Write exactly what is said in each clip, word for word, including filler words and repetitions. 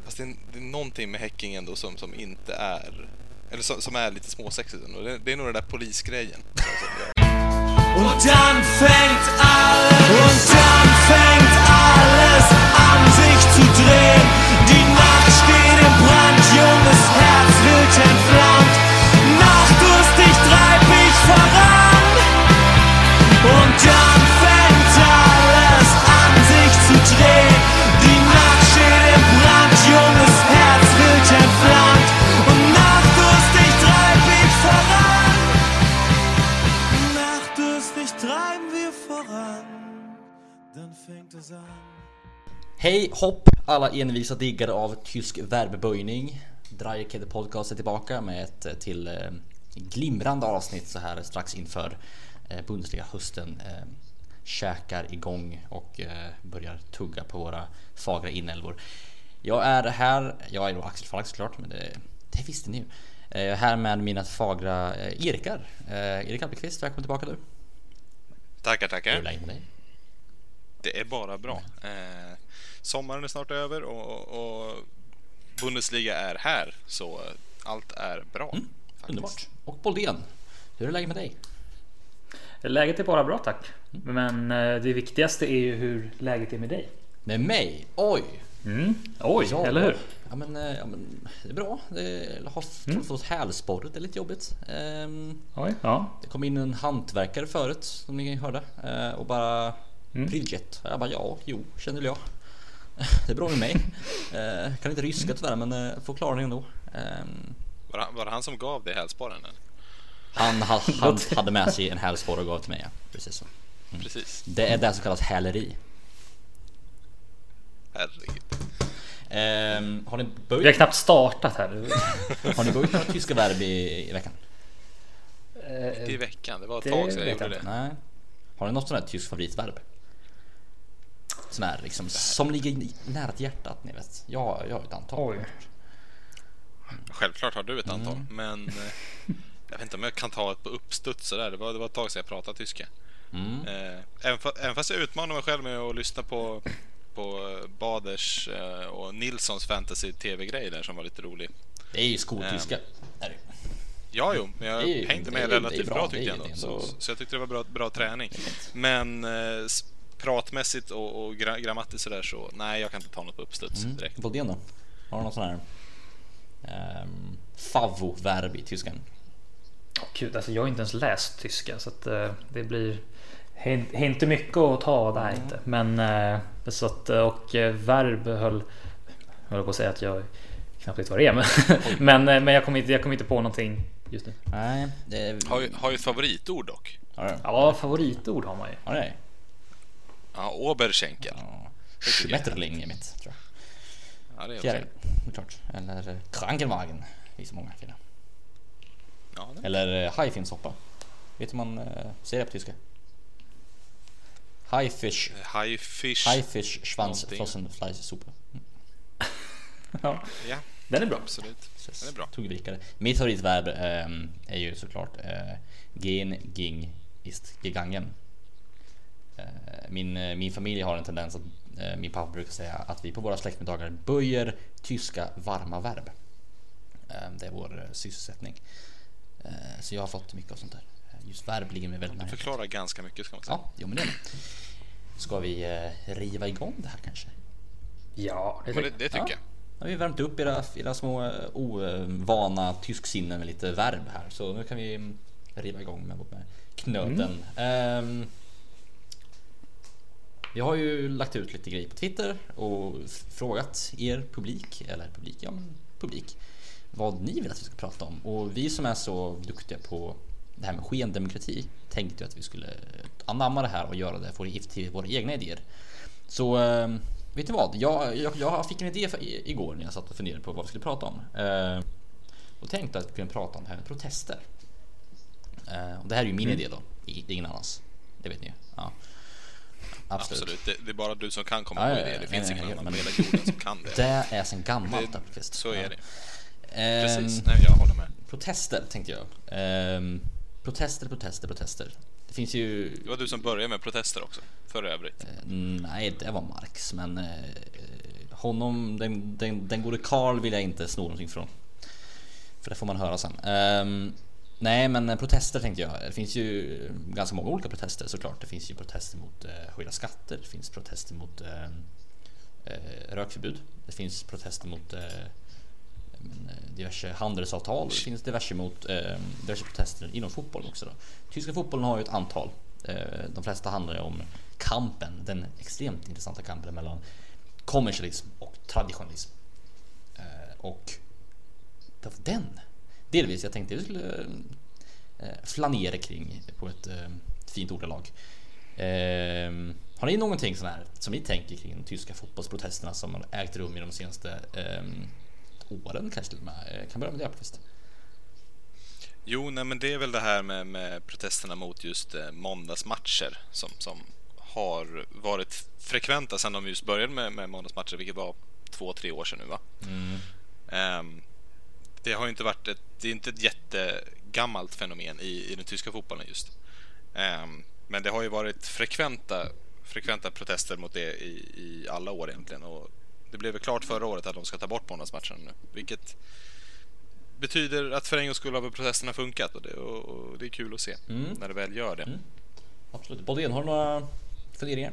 Fast det är, det är någonting med Häcking ändå som, som inte är, eller som, som är lite småsexigt ändå. Det, det är nog den där polisgrejen. Und dann fängt alles, und dann fängt alles an sich zu drehen. Die Nacht steht im Brand, junges Herz wild entflammt. Nachtdurstig treib ich voran. Und dann fängt alles an sich zu drehen. Die Nacht steht im Brand, junges Herz wild entflammt. Und nachtdurstig treib ich voran. Nachtdurstig treiben wir voran. Dann fängt es an. Hej hopp alla envisa diggare av tysk verböjning. Dreieckede podcast är tillbaka med ett till eh, glimrande avsnitt så här strax inför eh, Bundesliga hösten eh, käkar igång och eh, börjar tugga på våra fagra inälvor. Jag är här, jag är då Axel Falk såklart, men det, det visste ni ju. Jag är här med mina fagra eh, Erikar. Eh, Erik Albeqvist, välkommen tillbaka du. Tackar, tackar. Hur är läget med dig? Det är bara bra. Eh, sommaren är snart över och, och Bundesliga är här, så allt är bra. Mm, underbart. Och Boldén, hur är läget med dig? Läget är bara bra, tack. Men det viktigaste är ju hur läget är med dig. Med mig? Oj! Mm. Oj, ja, eller hur? Ja men, ja, men det är bra. Det har mm. fått hälsporret, det är lite jobbigt. Um, Oj, ja. Det kom in en hantverkare förut, som ni hörde, uh, och bara mm. Bridget. Jag bara, ja, jo, känner jag. Det är bra med mig. uh, Kan inte ryska tyvärr, men uh, får klara det ändå. um, var, han, var det han som gav dig hälsporren? Han, han, han hade med sig en hälsporre och gav till mig, ja. Precis så. Mm. Precis. Det är det som kallas häleri. Herregud. Um, har ni böjt? Vi har knappt startat här. Har ni böjt några tyska verb i, i veckan? Inte i veckan, det var ett det tag sedan jag vet gjorde jag det. Nej. Har ni något sånt här tysk favoritverb? Sån här liksom, som ligger nära till hjärtat, ni vet. Jag, jag har ett antal. Oj. Självklart har du ett antal, Mm. men eh, jag vet inte om jag kan ta ett på uppstuds så där. Det var, det var ett tag sedan jag pratade tyska. Mm. Eh, även, fa- även fast jag utmanar mig själv med att lyssna på på Baders eh, och Nilssons fantasy tv-grej där som var lite rolig. Det är ju skoltyska. Um, är det. Ja, jo, men jag Det är- hängde det med är- relativt det är bra, bra, det tyckte är jag ändå. ingenting. Så, så jag tyckte det var bra, bra träning. Det är fint. Men eh, s- pratmässigt och, och gra- grammatiskt sådär så nej, jag kan inte ta något på uppstuds Mm. direkt. Boldén då? Har du någon sån här um, favvo-verb i tyskan? Gud, alltså jag har inte ens läst tyska, så att uh, det blir hin- inte mycket att ta där Mm. inte. Men uh, så att, och uh, verb höll höll på att säga att jag knappt vet vad det är, men men, uh, men jag kommer inte jag kommer inte på någonting just nu. Nej, det Har ju, har ju ett favoritord dock. har du? Ja, favoritord har man ju. Har du det? Ja, Oberschenkel. Ja. tycker jag. Schmetterling är mitt, tror jag. Ja, det är Fjäril, okej. det är klart. Eller eh, Krankenwagen. Det är så många fina. Ja, det. Eller eh, hajfinsoppa. Vet du hur man eh, säger det på tyska? Highfish. Highfish. Highfish schwanz Någonting. flossenfleischsuppe. Ja, Ja, den är bra. absolut. Den är bra. Tuggvikare. Mitt favoritverb ähm, är ju såklart äh, gen, ging, ist gegangen. Äh, min, äh, min familj har en tendens att äh, min pappa brukar säga att vi på våra släktmiddagar böjer tyska varma verb. Äh, det är vår äh, sysselsättning. Äh, så jag har fått mycket av sånt där. Just verb ligger mig väldigt Det nära. förklarar ganska mycket, ska man säga. Ja, jo, men det är det. Ska vi äh, riva igång det här kanske? Ja, det Men det, tycker det tycker Ja. jag. Nu har vi värmt upp era, era små eh, ovana tysksinnen med lite verb här. Så nu kan vi mm, riva igång med, med knöten. Ehm, vi har ju lagt ut lite grejer på Twitter och f- frågat er publik, eller publik, ja men publik, vad ni vill att vi ska prata om. Och vi som är så duktiga på det här med skendemokrati tänkte att vi skulle anamma det här och göra det för till våra egna idéer. Så ehm, vet du vad? Jag, jag, jag fick en idé för, i, igår när jag satt och funderade på vad vi skulle prata om. Eh, och tänkte att vi kunde prata om det här med protester. Eh, och det här är ju min Mm. idé då, i- ingen annans. Det vet ni ju. Ja. Absolut. Absolut. Det, det är bara du som kan komma Ja, på ja, idéer. ja, Det nej, finns nej, ingen nej, annan men- på hela jorden som kan det. Det är sen gammalt. Det- Appelqvist. Så är Ja. det. Ehm, Precis. Nej, jag håller med. Protester tänkte jag. Ehm, protester, protester, protester. Det finns ju... Det var du som började med protester också, för övrigt. Eh, nej, det var Marx, men eh, honom, den, den, den gode Karl vill jag inte sno någonting från. För det får man höra sen. Um, nej, men protester tänkte jag. Det finns ju ganska många olika protester såklart. Det finns ju protester mot uh, höjda skatter. Det finns protester mot uh, uh, rökförbud. Det finns protester mot uh, diverse handelsavtal. Det finns diverse, mot, uh, diverse protester inom fotbollen också då. Tyska fotbollen har ju ett antal. Uh, de flesta handlar om kampen, den extremt intressanta kampen mellan kommersialism och traditionalism. Uh, och den delvis jag tänkte jag skulle eh, flanera kring på ett eh, fint ordalag. Eh, har ni någonting sån här som ni tänker kring de tyska fotbollsprotesterna som har ägt rum i de senaste eh, åren kanske till och med? Kan börja med det, Appelqvist. Jo, nej, men det är väl det här med, med protesterna mot just eh, måndagsmatcher som, som har varit frekventa sedan de just började med, med måndagsmatcher, vilket var två, tre år sedan nu, va? Mm. Um, det har ju inte varit ett, det är inte ett jättegammalt fenomen i, i den tyska fotbollen just. Um, men det har ju varit frekventa, frekventa protester mot det i, i alla år egentligen. Och det blev väl klart förra året att de ska ta bort måndagsmatcherna nu, vilket betyder att för en gång skulle ha protesterna funkat, och det, och, och det är kul att se mm. när det väl gör det. Mm. Absolut. Bodén, har du några funderingar?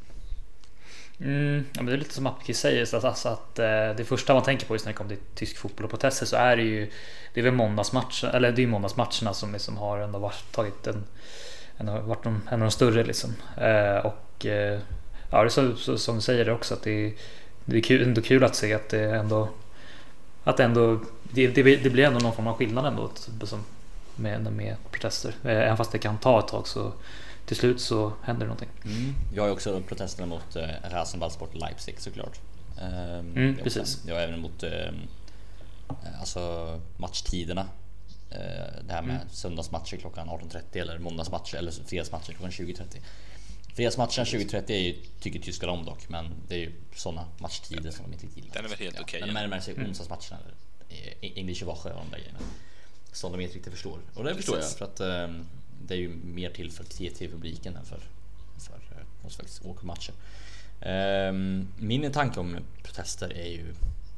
Mm, ja, men det är lite som Appelqvist säger, så att, alltså, att eh, det första man tänker på just när det kommer till tysk fotboll och protester, så är det ju det är väl måndagsmatchen, eller det är måndagsmatcherna som liksom har ändå varit, tagit en, en, varit en, en av de större liksom. Eh, och eh, ja, det är så, så, som du säger det också, att det, det är kul, ändå kul att se att det ändå att ändå det, det, det blir ändå någon form av skillnad ändå som med, med protester, eh, även fast det kan ta ett tag, så till slut så händer det någonting. Mm. Jag har ju också protesterna mot eh, Rasenballsport Leipzig såklart. Um, mm, precis. Jag har även mot eh, alltså matchtiderna. Eh, det här med mm. söndagsmatcher klockan arton trettio eller måndagsmatcher eller fredagsmatcher klockan tjugo trettio. Fredagsmatchen tjugo trettio är ju, tycker tyskar om dock, men det är ju sådana matchtider som de inte gillar. Den är väl helt ja, okej. Okay, men närmare sig mm. onsdagsmatcherna eller English Woche och de där grejerna som de inte riktigt förstår. Och det förstår jag, för att eh, det är ju mer till för T T-publiken än för, för någon slags åkermatcher. Um, min tanke om protester är ju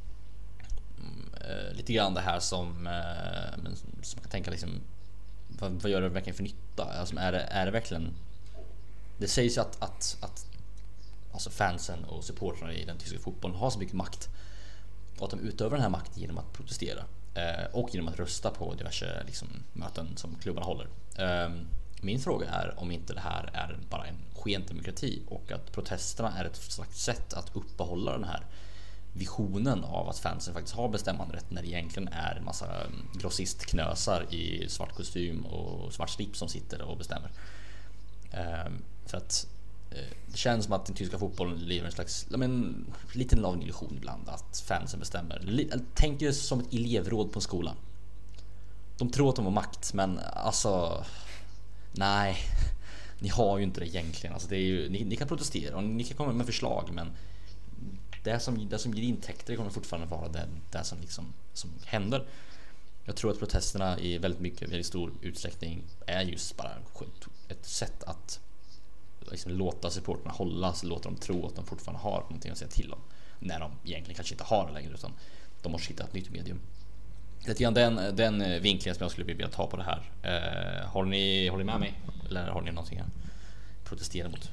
uh, lite grann det här som, uh, men, som man kan tänka liksom, vad, vad gör det verkligen för nytta? Alltså, är, det, är det verkligen... Det sägs ju att, att, att alltså fansen och supportrarna i den tyska fotbollen har så mycket makt, och att de utövar den här makten genom att protestera uh, och genom att rösta på diverse liksom, möten som klubbarna håller. Um, Min fråga är om inte det här är bara en skendemokrati, och att protesterna är ett slags sätt att uppehålla den här visionen av att fansen faktiskt har bestämmanderätt, när det egentligen är en massa grossistknösar i svart kostym och svart slips som sitter och bestämmer. Um, för att uh, det känns som att den tyska fotbollen lever en slags men, liten av en illusion ibland, att fansen bestämmer. Tänk det som ett elevråd på en skola. De tror att de har makt, men alltså... Nej, ni har ju inte det egentligen. Alltså det är ju, ni, ni kan protestera och ni kan komma med förslag, men det som, det som ger intäkter kommer fortfarande vara det, det som, liksom, som händer. Jag tror att protesterna i väldigt mycket, väldigt stor utsträckning är just bara ett sätt att liksom låta supporterna hållas, låta dem tro att de fortfarande har någonting att säga till om, när de egentligen kanske inte har det längre, utan de måste hitta ett nytt medium. Lite grann den, den vinkeln som jag skulle vilja ta på det här. Eh, har ni, håller ni med mig? Eller har ni någonting att protestera mot?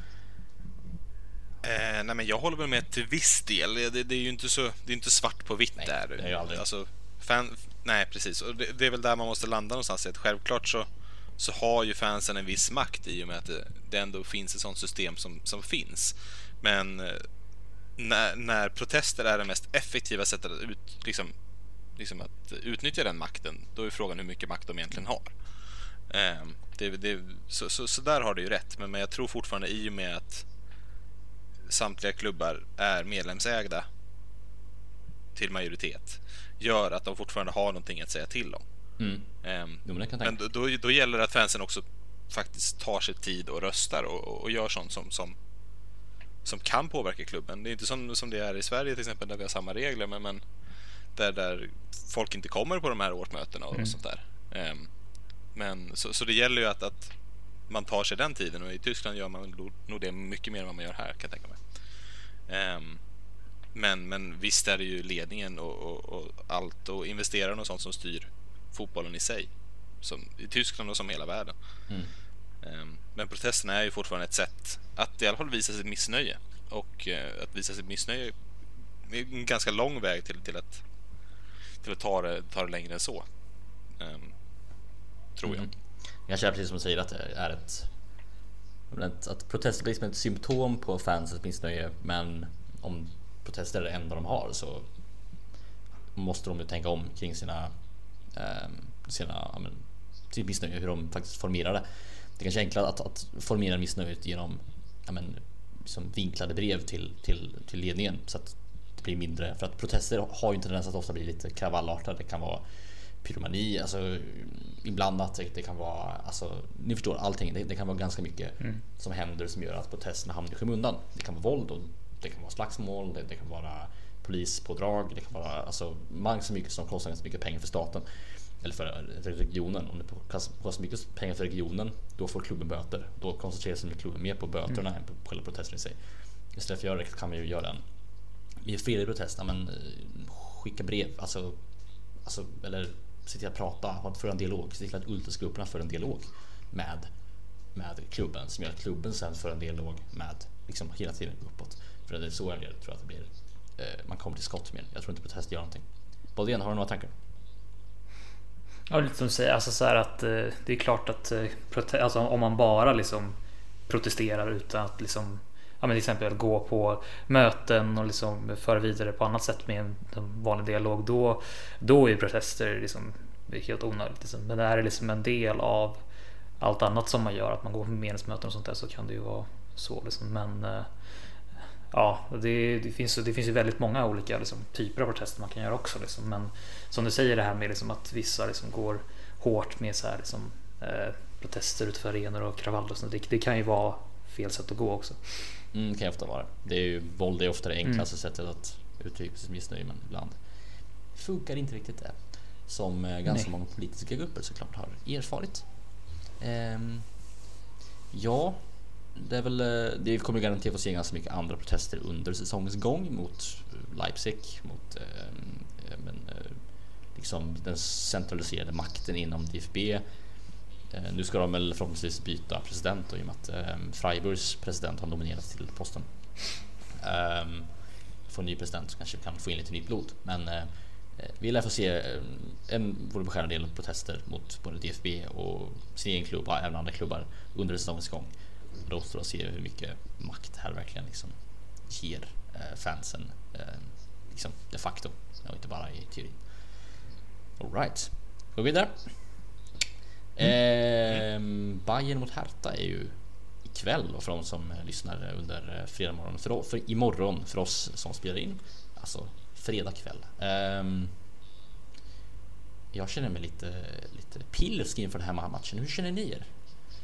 Eh, nej, men jag håller väl med till viss del. Det, det är ju inte så, det är inte svart på vitt. Nej, där. Det är ju aldrig. Alltså, fan, nej, precis. Och det, det är väl där man måste landa någonstans. Att självklart så, så har ju fansen en viss makt i och med att det, det ändå finns ett sånt system som, som finns. Men när, när protester är det mest effektiva sättet att ut, liksom, liksom att utnyttja den makten, då är frågan hur mycket makt de egentligen har. Eh, det, det, så, så, så där har det ju rätt. Men, men jag tror fortfarande, i och med att samtliga klubbar är medlemsägda till majoritet, gör att de fortfarande har någonting att säga till om. Mm. Um, jo, men men då, då, då gäller det att fansen också faktiskt tar sig tid och röstar och, och, och gör sånt som, som, som kan påverka klubben. Det är inte som, som det är i Sverige till exempel, där vi har samma regler, men, men där, där folk inte kommer på de här årsmötena och, mm. och sånt där. Um, men så, så det gäller ju att, att man tar sig den tiden, och i Tyskland gör man nog det mycket mer än vad man gör här, kan jag tänka mig. Um, Men, men visst är det ju ledningen och, och, och allt och investerarna och sånt som styr fotbollen i sig, som i Tyskland och som hela världen. Mm. Um, men protesterna är ju fortfarande ett sätt att i alla fall visa sitt missnöje. Och uh, att visa sitt missnöje är en ganska lång väg till, till att, till att ta, det, ta det längre än så. Um, tror jag. Mm. Jag känner precis som du säger att det är ett att protester blir som ett symptom på fansens missnöje, men om protester är det enda de har så måste de ju tänka om kring sina eh, sina ja, men, sitt missnöje, hur de faktiskt formerar det. Det kanske är enklare att, att formera missnöjet genom ja, men, liksom vinklade brev till, till, till ledningen så att det blir mindre, för att protester har ju en tendens att ofta bli lite kravallartade. Det kan vara pyromani, alltså ibland att det, det kan vara, alltså ni förstår allting, det, det kan vara ganska mycket mm. som händer som gör att protesterna hamnar i skymundan. Det kan vara våld och det kan vara slagsmål, det, det kan vara polispådrag, det kan vara alltså man så mycket som kostar ganska mycket pengar för staten eller för, för regionen. Om det kostar mycket pengar för regionen, då får klubben böter. Då koncentrerar sig klubben mer på böterna mm. än på själva protesten i sig. Istället för att göra det kan man ju göra en i fredlig protest, men skicka brev, alltså, alltså eller se till att prata, för en dialog, se till att ultrasgrupperna för en dialog med, med klubben, som gör att klubben sen för en dialog med liksom hela tiden uppåt. För det är så jag tror jag att det blir eh, man kommer till skott mer. Jag tror inte protest gör någonting. Bodén, har du några tankar? Ja, lite som du säger, alltså så här att eh, det är klart att eh, prote- alltså, om man bara liksom protesterar utan att liksom ja, men till exempel gå på möten och liksom föra vidare på annat sätt med en, en vanlig dialog, då, då är protester liksom, det är helt onödigt liksom. Men det här är liksom en del av allt annat som man gör, att man går på medlemsmöten och sånt där, så kan det ju vara så liksom. Men eh, ja, det, det, finns, det finns ju väldigt många olika liksom, typer av protester man kan göra också liksom. Men som du säger, det här med liksom, att vissa liksom, går hårt med så här, liksom, eh, protester utanför arenor och kravaller och sånt, det, det kan ju vara fel sätt att gå också. Mm, det kan ju ofta vara. Det är ju, våld är ofta det enklaste mm. sättet att uttrycka sitt missnöje, men ibland funkar inte riktigt det. Som eh, ganska Nej. många politiska grupper såklart har erfarit. Ehm, ja, det är väl, det kommer garanterat att se ganska mycket andra protester under säsongens gång mot Leipzig, mot eh, men, eh, liksom den centraliserade makten inom D F B. Eh, nu ska de väl förhoppningsvis byta president då, i och med att eh, Freiburgs president har nominerats till posten. Eh, få en ny president så kanske kan få in lite nytt blod, men eh, vi lär få se en både beskärande del av protester mot både D F B och sin egen klubb och även andra klubbar under säsongens gång. Då står att se hur mycket makt här verkligen liksom ger eh, fansen eh, liksom de facto, och inte bara i teorin. All right, gå vidare. Mm. Eh, Bayern mot Hertha är ju ikväll, och för de som lyssnar under fredag morgon, för, för imorgon för oss som spelar in, alltså fredag kväll. Eh, jag känner mig lite lite pilsk inför den här matchen. Hur känner ni er?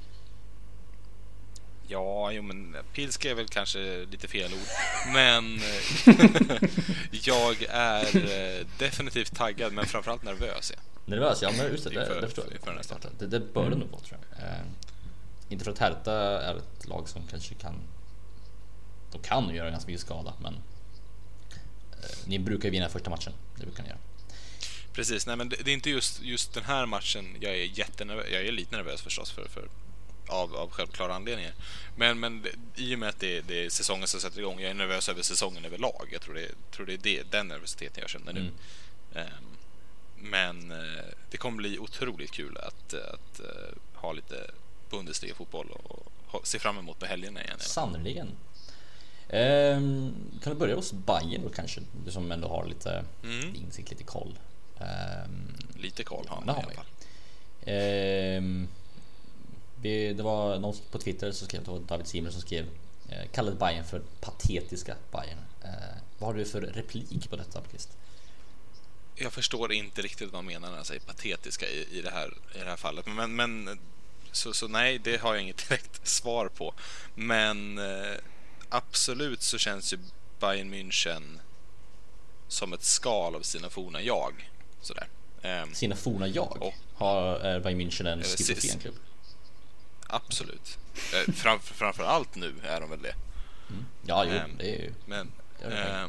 Ja, jo, men pilsk är väl kanske lite fel ord. Men jag är definitivt taggad, men framförallt nervös. Ja. Nervös, ja, men just det, inför, det, det förstår jag. Nästa. Det, det bör det nog vara, tror jag. Eh, inte för att Hertha är ett lag som kanske kan de kan göra ganska mycket skada, men eh, ni brukar ju vinna första matchen. Det brukar ni göra. Precis, nej, men det, det är inte just, just den här matchen jag är jättenervös. Jag är lite nervös förstås för, för Av, av självklara anledningar. Men, men i och med att det, det är säsongen som sätter igång, jag är nervös över säsongen överlag. Jag tror det, tror det är det, den nervositeten jag känner nu. Mm. Um, men uh, det kommer bli otroligt kul att, att uh, ha lite Bundesliga-fotboll och, och ha, se fram emot på helgerna igen. Sannoliken. Um, kan du börja hos Bayern då kanske? Du som ändå har lite mm. insikt, lite koll. Um, lite koll har man i alla fall. Um, Det var någon på Twitter som skrev, det var David Simmer som skrev eh, kallade Bayern för patetiska Bayern. Eh, vad har du för replik på detta, Christ? Jag förstår inte riktigt vad man menar när han säger patetiska i, i, det, här, i det här fallet. Men, men så, så nej, det har jag inget direkt svar på. Men eh, absolut så känns ju Bayern München som ett skal av sina forna jag. Sådär. Eh, sina forna jag? Och, har är Bayern München en schizofrenklubb? Absolut. Fram, framför allt nu är de väl det. Mm. Ja, jo, um, det är ju. Men det är um,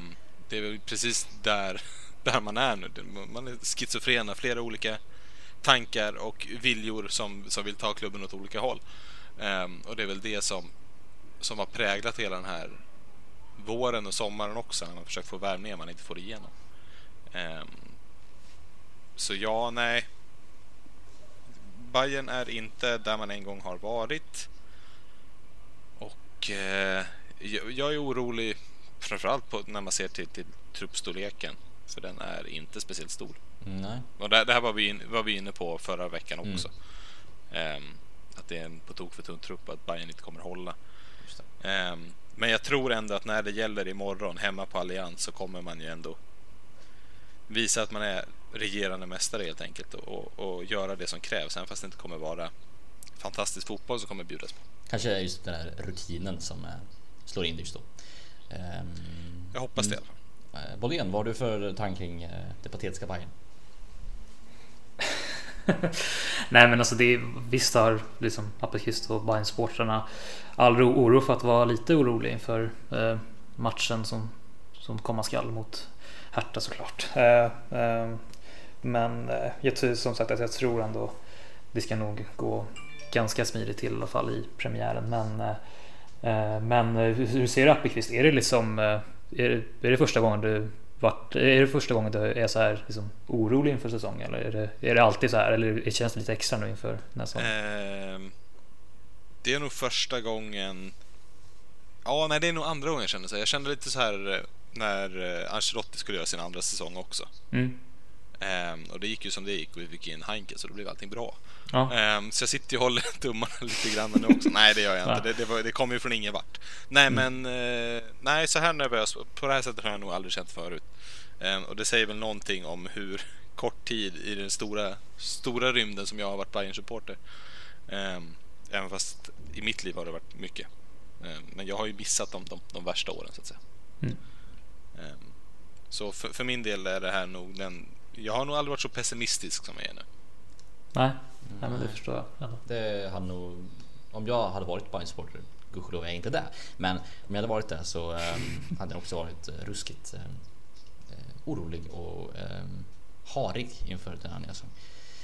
det är väl precis där, där man är nu. Man är schizofren av flera olika tankar och viljor som, som vill ta klubben åt olika håll. Um, och det är väl det som, som har präglat hela den här våren och sommaren också. Han har försökt få värvningar man inte får igenom. Um, så ja, nej. Bayern är inte där man en gång har varit. Och eh, jag är orolig framförallt på, när man ser till, till truppstorleken. För den är inte speciellt stor. Nej. Och det, det här var vi, in, var vi inne på förra veckan också. Mm. Um, att det är en på tok för tunn trupp, att Bayern inte kommer hålla. Um, men jag tror ändå att när det gäller imorgon hemma på Allianz så kommer man ju ändå visa att man är regerande mästare helt enkelt och, och, och göra det som krävs, även fast det inte kommer vara fantastisk fotboll som kommer bjudas på. Kanske just den här rutinen som eh, slår in just då. Um, jag hoppas det. Uh, Bolén, vad har du för tanke kring uh, det patetiska Bayern? Nej, men alltså det är, visst har liksom Appelqvist och Bayern-sportrarna all oro för att vara lite orolig inför eh, matchen som, som komma skall mot Hertha såklart. Eh, eh, men eh, jag, som sagt att jag tror ändå det ska nog gå ganska smidigt till i alla fall i premiären. Men, eh, men hur ser du Appelqvist? Är det liksom eh, är, det, är det första gången du Vart, är det första gången du är så här liksom orolig inför säsongen, eller är det, är det alltid så här, eller känns det lite extra nu inför nästa säsong? Eh, det är nog första gången. Ja, nej, det är nog andra gången jag kände så. Jag kände lite så här när Ancelotti skulle göra sin andra säsong också. Mm. Eh, och det gick ju som det gick och vi fick in Heinke, så då blev allting bra. Ja. Eh, så jag sitter ju och håller tummarna lite grann nu också. Nej, det gör jag inte. Det, det, var, det kommer ju från ingen vart. Nej, mm. men eh, nej, så här nervös på det här sättet har jag nog aldrig känt förut. Eh, och det säger väl någonting om hur kort tid i den stora stora rymden som jag har varit Bayern-supporter. Eh, även fast i mitt liv har det varit mycket. Eh, men jag har ju missat de, de, de värsta åren så att säga. Mm. Eh, så för, för min del är det här nog den. Jag har nog aldrig varit så pessimistisk som jag är nu. Nej, nej men det förstår jag. Ja. Det hade nog, om jag hade varit Bayern-supporter, gudskelov är jag inte där, men om jag hade varit där så eh, hade jag också varit ruskigt eh, orolig och eh, harig inför den här nya säsongen.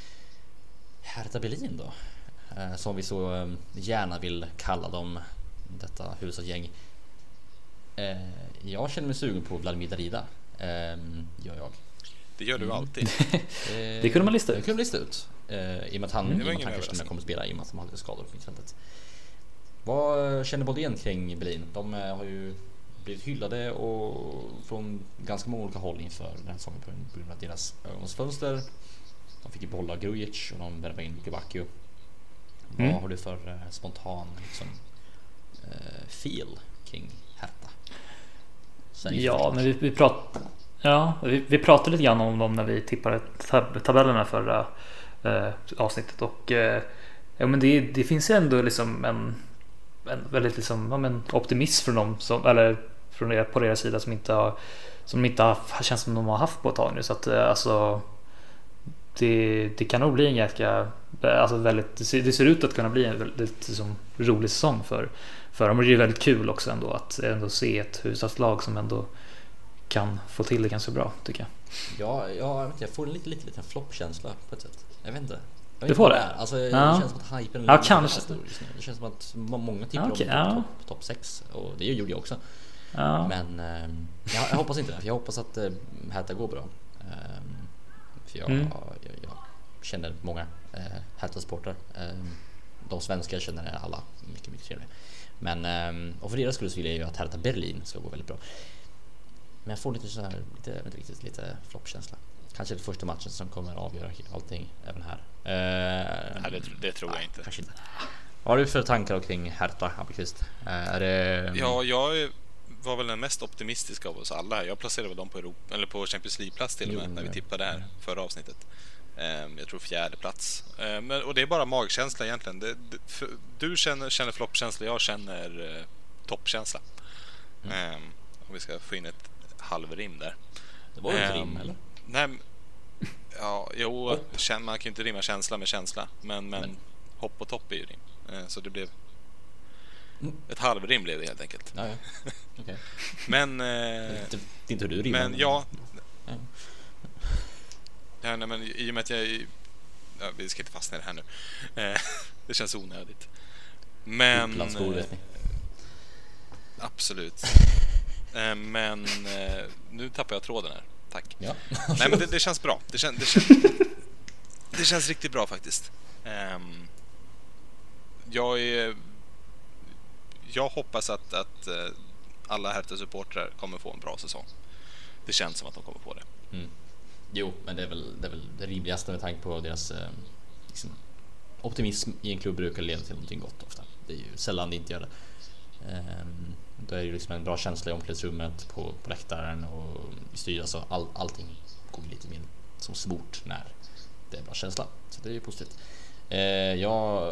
Hertha Berlin då, eh, som vi så eh, gärna vill kalla dem, detta husgäng. Eh, jag känner mig sugen på Vladimir Darida, eh, gör jag. Det gör du mm. alltid. Det kunde man lista ut. Det kunde man lista ut. Eh, I och med att han, mm. i och med att han kanske kommer att spela, i och med att de hade skador på mittfältet. Vad känner Bolén kring Berlin? De eh, har ju blivit hyllade och från ganska många olika håll inför den här säsongen på grund av deras ögonsfönster. De fick ju behålla Grujic och de värvade in Lukebakio. Mm. Vad har du för eh, spontan liksom, eh, feel kring Hertha? Ja, men vi, vi pratar Ja, vi, vi pratade lite grann om dem när vi tippade tab- tabellerna förra eh, avsnittet och eh, ja, men det, det finns ju ändå liksom en, en väldigt liksom, ja, men optimism från dem som, eller från er, på deras sida som inte har som inte har känns som de har haft på ett tag nu, så att eh, alltså det, det kan nog bli en ganska alltså väldigt, det ser, det ser ut att kunna bli en väldigt liksom, rolig säsong för, för dem, och det är väldigt kul också ändå att ändå se ett husatslag som ändå kan få till det ganska bra, tycker jag. Ja, ja jag får en lite, lite, lite floppkänsla på ett sätt. Jag vet inte. Jag du får det? det alltså, ja. Det känns som att hypen ja, kanske. Stor just nu. Det känns som att många tippar okay, om ja. topp top sex, och det gjorde jag också. Ja. Men eh, jag, jag hoppas inte det, för jag hoppas att eh, Hertha går bra. Eh, för jag, mm. jag, jag känner många eh, Hertha-sportrar. Eh, de svenska känner alla mycket, mycket trevliga. Men, eh, och för deras skull så vill jag ju att Hertha Berlin ska gå väldigt bra. Men jag får lite så här lite inte riktigt lite floppkänsla. Kanske det första matchen som kommer att avgöra allting även här. Eh, nej, det, det tror jag inte. Kanske inte. Vad har du för tankar kring Hertha, Appelqvist? Är det... Ja, jag var väl den mest optimistiska av oss alla. Jag placerade väl dem på Europa, eller på Champions League-plats till och med, jo, när vi tippade här förra avsnittet. Um, jag tror fjärde plats. Um, och det är bara magkänsla egentligen. Det, det, för, du känner, känner floppkänsla, jag känner uh, toppkänsla. Mm. Um, om vi ska få in ett halvrim där. Det var ju ett um, rim, eller? Nej, ja, jo, känn, man kan ju inte rimma känsla med känsla, men, men, men. hopp och topp är ju rim. Uh, så det blev Ett halvrim blev det helt enkelt. Ja, ja. Okay. Men... Eh, det, det är inte hur du rimmar. Men ja... Ja. Ja, nej, men i och med att jag... Ja, vi ska inte fastna i det här nu. Eh, det känns onödigt. Men... Utlandsskor, vet ni. Absolut. Eh, men... Eh, nu tappar jag tråden här. Tack. Ja. Nej, men det, det känns bra. Det, kän, det, kän, det känns riktigt bra faktiskt. Eh, jag är... Jag hoppas att, att uh, alla Hertha-supportrar kommer få en bra säsong. Det känns som att de kommer få det. Mm. Jo, men det är väl det, är väl det rimligaste med tanke på deras eh, liksom, optimism i en klubb brukar leda till någonting gott ofta. Det är ju sällan det inte gör det. Ehm, då är det ju liksom en bra känsla i omklädningsrummet, på, på läktaren och i styr. Alltså all, allting går lite mer som svårt när det är bra känsla. Så det är ju positivt. Ehm, jag...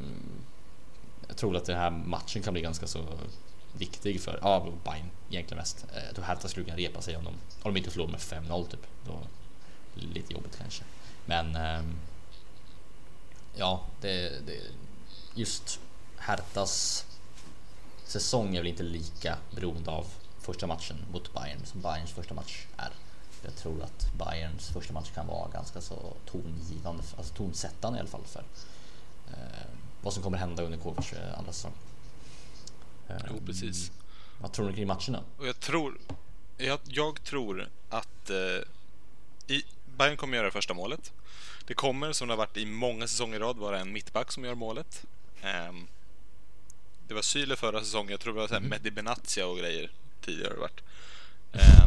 Jag tror att den här matchen kan bli ganska så viktig för ja, Bayern egentligen mest. Jag tror Hertha skulle kunna repa sig om de, om de inte förlorar med fem noll typ. Då lite jobbigt kanske. Men ähm, ja, det, det just Herthas säsong är väl inte lika beroende av första matchen mot Bayern som Bayerns första match är. Jag tror att Bayerns första match kan vara ganska så tongivande, alltså tonsättande i alla fall för äh, vad som kommer hända under K V:s andra säsong. Jo, precis. Vad tror ni kring matcherna? Och jag tror jag, jag tror att eh, i, Bayern kommer göra första målet. Det kommer, som det har varit i många säsonger i rad, vara en mittback som gör målet. Eh, det var Syle förra säsongen. Jag tror det var så här mm. Mehdi Benatia och grejer tidigare har det varit. Eh,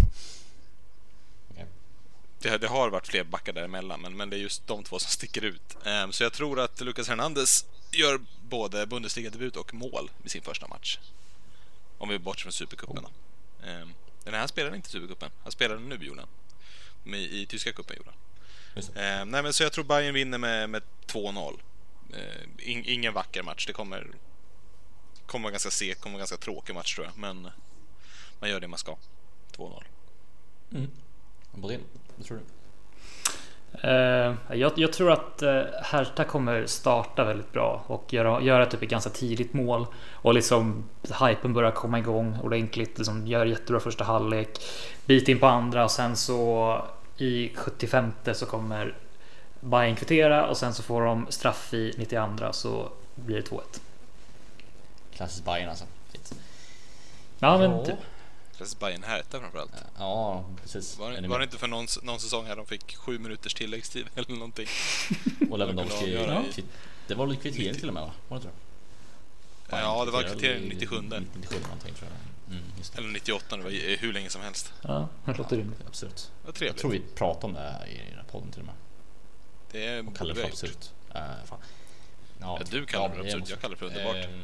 okay. det, det har varit fler backar däremellan, men, men det är just de två som sticker ut. Eh, så jag tror att Lucas Hernandez gör både Bundesliga-debut och mål i sin första match. Om vi bortser från Supercupen då. Um, den här spelar inte Supercupen. Han spelar nu, Jonas. I, i tyska cupen, Jonas. Um, nej, men så jag tror Bayern vinner med, med två noll. Uh, in, ingen vacker match. Det kommer kommer vara ganska seg, kommer vara ganska tråkig match tror jag. Men man gör det man ska. två noll. Mm. Vad tror du? Uh, jag, jag tror att uh, Hertha kommer starta väldigt bra och göra, göra typ ett ganska tidigt mål och liksom hypen börjar komma igång ordentligt, liksom gör jättebra första halvlek, bit in på andra och sen så i sjuttiofemte så kommer Bayern kvittera och sen så får de straff i nittioandra så blir det två ett. Klassisk Bayern alltså. Fint. Ja, men typ. Klassisk Bayern Hertha framförallt. Ja, precis. Var det, var det inte för någon, någon säsong här de fick sju minuters tilläggstid eller någonting? Och Lewandowski, ja. Det var väl kvittering till och med, va? Var det, tror jag? Ja, det var kvittering nittiosju. nittiosju någonting, tror jag. Mm, just det. Eller nittioåtta, det var hur länge som helst. Ja, det låter rimligt. Ja, absolut. Jag tror vi pratade om det här i den här podden till och med. Det är och kallar det för absurt. Uh, fan. Ja, ja, du kallar det absurt, jag kallar det för underbart. Uh,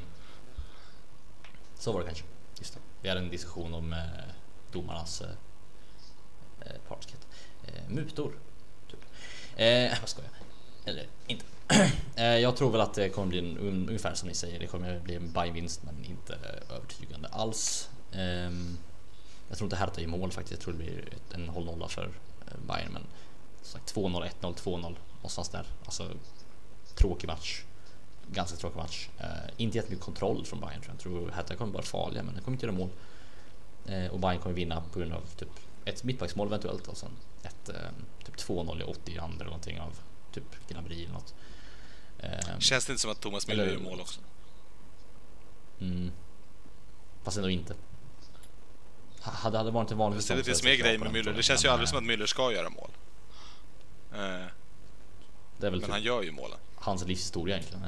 så var det kanske. Just det. Vi hade en diskussion om eh, domarnas eh, partskhet. Eh, mutor, typ. Eh, vad ska jag? Eller inte. eh, jag tror väl att det kommer bli en, un, ungefär som ni säger. Det kommer bli en Bayern-vinst, men inte övertygande alls. Eh, jag tror inte Hertha i mål faktiskt. Jag tror det blir ett, en håll nolla för eh, Bayern, men sagt två noll, ett noll, två noll någonstans där. Alltså tråkig match. Ganska tråkig match. Uh, inte jättemycket kontroll från Bayern, tror jag. Jag tror Hertha kommer vara farliga, men det kommer inte göra mål. Uh, och Bayern kommer vinna på grund av typ ett mittbacksmål eventuellt och sen ett uh, typ två noll i åttio andra eller någonting av typ Gnabry eller något. Uh, Känns det inte som att Thomas Müller gör mål också? Mm. Fast ändå inte. Hade det varit en vanlig säsong. Det är lite mer grej med Müller. Det känns ju aldrig som att Müller ska göra mål. Uh, det är väl men typ han gör ju målen. Hans livshistoria egentligen.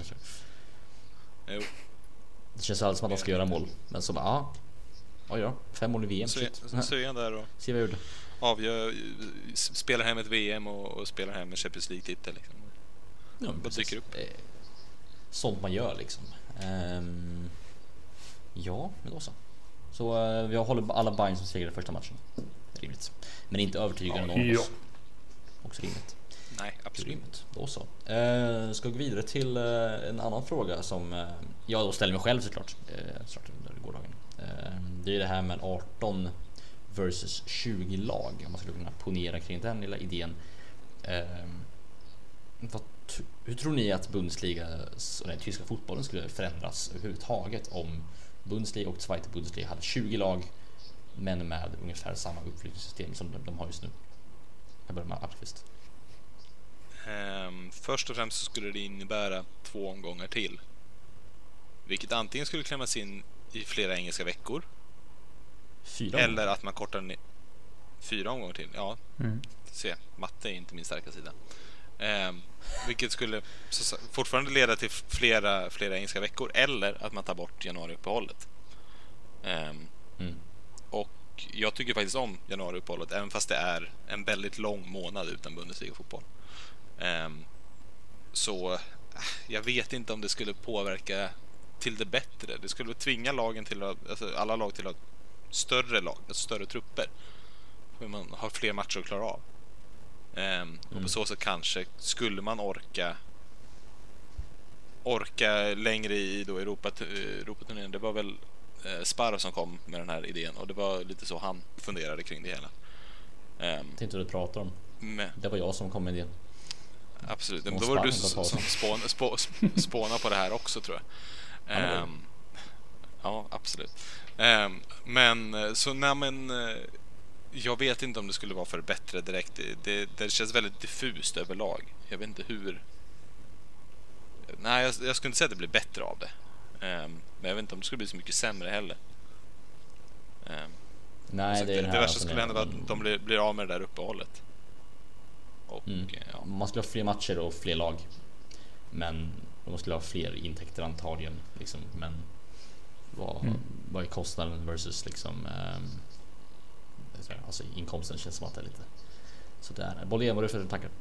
Jo. Det känns alldeles som att han ska göra mål. Men så bara, ja. Oj då, fem mål i V M. Så, så, så är han där och se vad jag gjorde. Avgör, spelar hem ett V M och, och spelar hem en Champions League-titel liksom. Ja, vad dyker upp? Sånt man gör liksom. Um, ja, men då så. Så uh, vi håller alla Bayern som segrade första matchen. Rimligt. Men inte övertygande ja, någon ja. oss. Också rimligt. Nej, absolut. Rimligt. Då så. Uh, ska gå vidare till uh, en annan fråga som uh, jag då ställer mig själv såklart. Uh, såklart under gårdagen. Uh, det är det här med arton versus tjugo lag. Om man skulle kunna ponera kring den lilla idén. Uh, vad hur tror ni att Bundesliga och den tyska fotbollen skulle förändras överhuvudtaget om Bundesliga och Zweite Bundesliga hade tjugo lag men med ungefär samma uppflyttningssystem som de har just nu? Jag börjar med Appelqvist. Um, först och främst så skulle det innebära två omgångar till, vilket antingen skulle klämmas in i flera engelska veckor Fyra eller omgångar. att man kortar ner fyra omgångar till. Ja, Mm. se, matte är inte min starka sida. Um, vilket skulle så, fortfarande leda till flera, flera engelska veckor eller att man tar bort januariuppehållet. Um, Mm. och jag tycker faktiskt om januariuppehållet, även fast det är en väldigt lång månad utan Bundesliga-fotboll. Um, så jag vet inte om det skulle påverka till det bättre. Det skulle tvinga lagen till att, alltså alla lag till att ha större lag, alltså större trupper. För man har fler matcher att klara av. Um, mm. Och på så sätt kanske skulle man orka orka längre i då Europa, Europaturnén. Det var väl eh, Sparv som kom med den här idén och det var lite så han funderade kring det hela. Um, Jag tänkte du pratar om. men, Det var jag som kom med idén. absolut. Någon Men då var det du sparv som, som som spån, spå, spåna på det här också, tror jag. Ja, det var det. Um, ja, absolut. Um, men så nej, men eh, jag vet inte om det skulle vara för bättre direkt. Det, det, det känns väldigt diffust överlag. Jag vet inte hur. Nej, jag, jag skulle inte säga att det blir bättre av det. Um, men jag vet inte om det skulle bli så mycket sämre heller. Um, Nej, så det det, är det den här värsta som skulle är- hända var att de blir, blir av med det där uppehållet. Och Mm. ja, Man skulle ha fler matcher och fler lag. Men de skulle ha fler intäkter antagligen liksom. Men vad, Mm. vad är kostnaden versus liksom ehm, alltså inkomsten känns som att det är lite så där. Bolén, vad är det för tankar?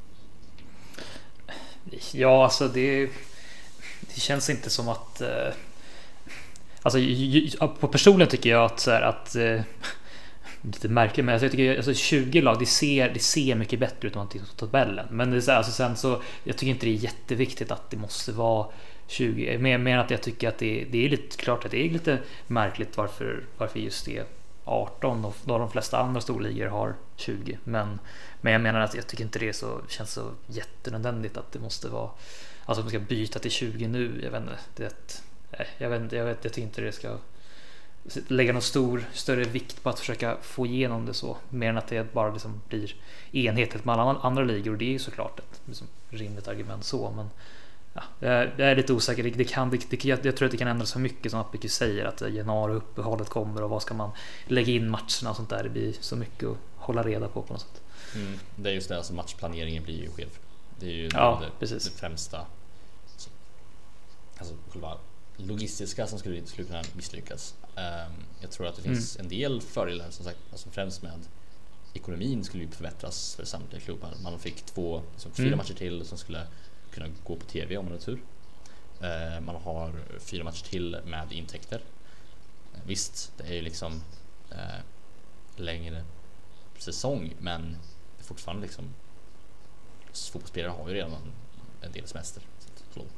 Ja, alltså det, det känns inte som att eh, alltså ju- ju- på personligen tycker jag att så här, att eh, lite märkligt, men alltså jag tycker alltså tjugo lag, det ser det ser mycket bättre ut om man tittar på tabellen. Men det är så här, alltså sen så jag tycker inte det är jätteviktigt att det måste vara tjugo, mer, mer att jag tycker att det, det är lite klart att det är lite märkligt varför varför just det arton och då de flesta andra storligor har tjugo, men men jag menar att jag tycker inte det är så känns så jättenödvändigt att det måste vara alltså att man ska byta till tjugo nu. Jag vet inte, det nej, jag vet inte, jag vet jag tycker inte det ska lägga någon stor större vikt på att försöka få igenom det så, mer än att det bara liksom blir enhetligt med alla andra ligor, och det är ju såklart ett liksom rimligt argument så, men ja, jag är lite osäker. Det, det kan, det, det, jag, jag tror att det kan ändras så mycket som Appelqvist säger, att januari uppehållet kommer och vad ska man lägga in matcherna och sånt där. Det blir så mycket att hålla reda på på något sätt. Mm. Det är just det, alltså matchplaneringen blir ju skev. Det är ju Ja, det, precis. det främsta så, alltså själva logistiska som skulle, skulle kunna misslyckas. Um, jag tror att det finns en del fördelar som sagt, alltså främst med ekonomin skulle ju förbättras för samtliga klubbar. Man fick två, liksom, fyra Mm. matcher till som skulle kunna gå på tv om man har tur. Uh, man har fyra matcher till med intäkter. Uh, visst, det är ju liksom uh, längre säsong, men det är fortfarande liksom fotbollsspelare har ju redan en, en del semester. Så, uh,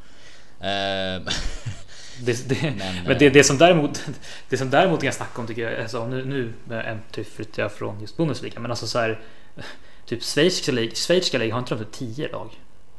Det, det, men, Men, men det, det som däremot det som däremot kan snacka om tycker jag, alltså nu, nu är typ flyttar jag från just Bundesliga, men alltså så här typ schweiziska lig, schweiziska lig har inte de tio lag.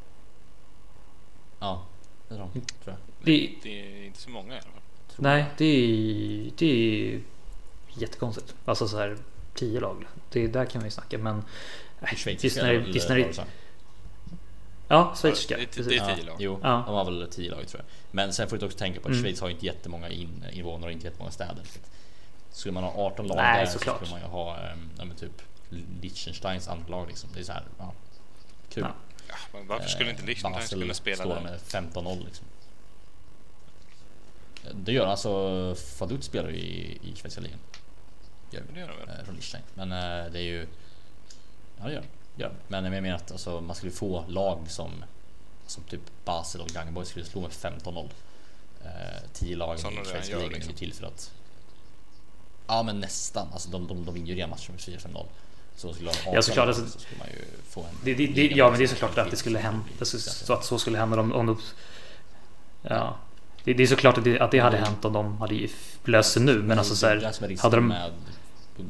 ja, det är de, tror jag. Det, det är inte så många i alla fall. Tror nej, jag. det är det är jättekonstigt. Alltså så här tio lag. Det där kan vi snacka, men nej, just Schweiziska när det- eller just när det- vad du sa? ja, schweiziska. Det är- precis. det är Ja, tio lag. jo, Ja. de har väl tio lag tror jag. Men sen får du också tänka på att Mm. Schweiz har inte jättemånga in, invånare och inte jättemånga städer. Så att skulle man ha arton lag Nej, där såklart. så skulle man ju ha um, ja, men typ Liechtensteins andra lag liksom. Det är så här, ja, kul. Ja. Ja, men varför skulle inte Eh, Liechtenstein Basel kunna spela står där? med femton noll liksom. Det gör alltså Fadut spelar ju i, i Schweiziska ligan. Gör Det gör de väl? eh, från Liechtenstein. Men eh, det är ju ja det gör de. Gör de. Men jag menar att alltså, man skulle få lag som som typ Basel och Young Boys skulle slå med femton noll. Eh, tio lag Som de i redan Schweiziska gör, ligan är liksom. ju till för att ja men nästan. Alltså de, de, de vinner ju redan matchen med fyra fem noll. Så skulle de ha Ja, såklart, lag, alltså, så skulle man ju få en Det, det, det, ja, men det är såklart att det skulle hända, så, så att så skulle hända om, om de, ja. Det, det är såklart att det, att det hade hänt om de hade löst sig nu, men alltså så det är det här, som är risken hade de med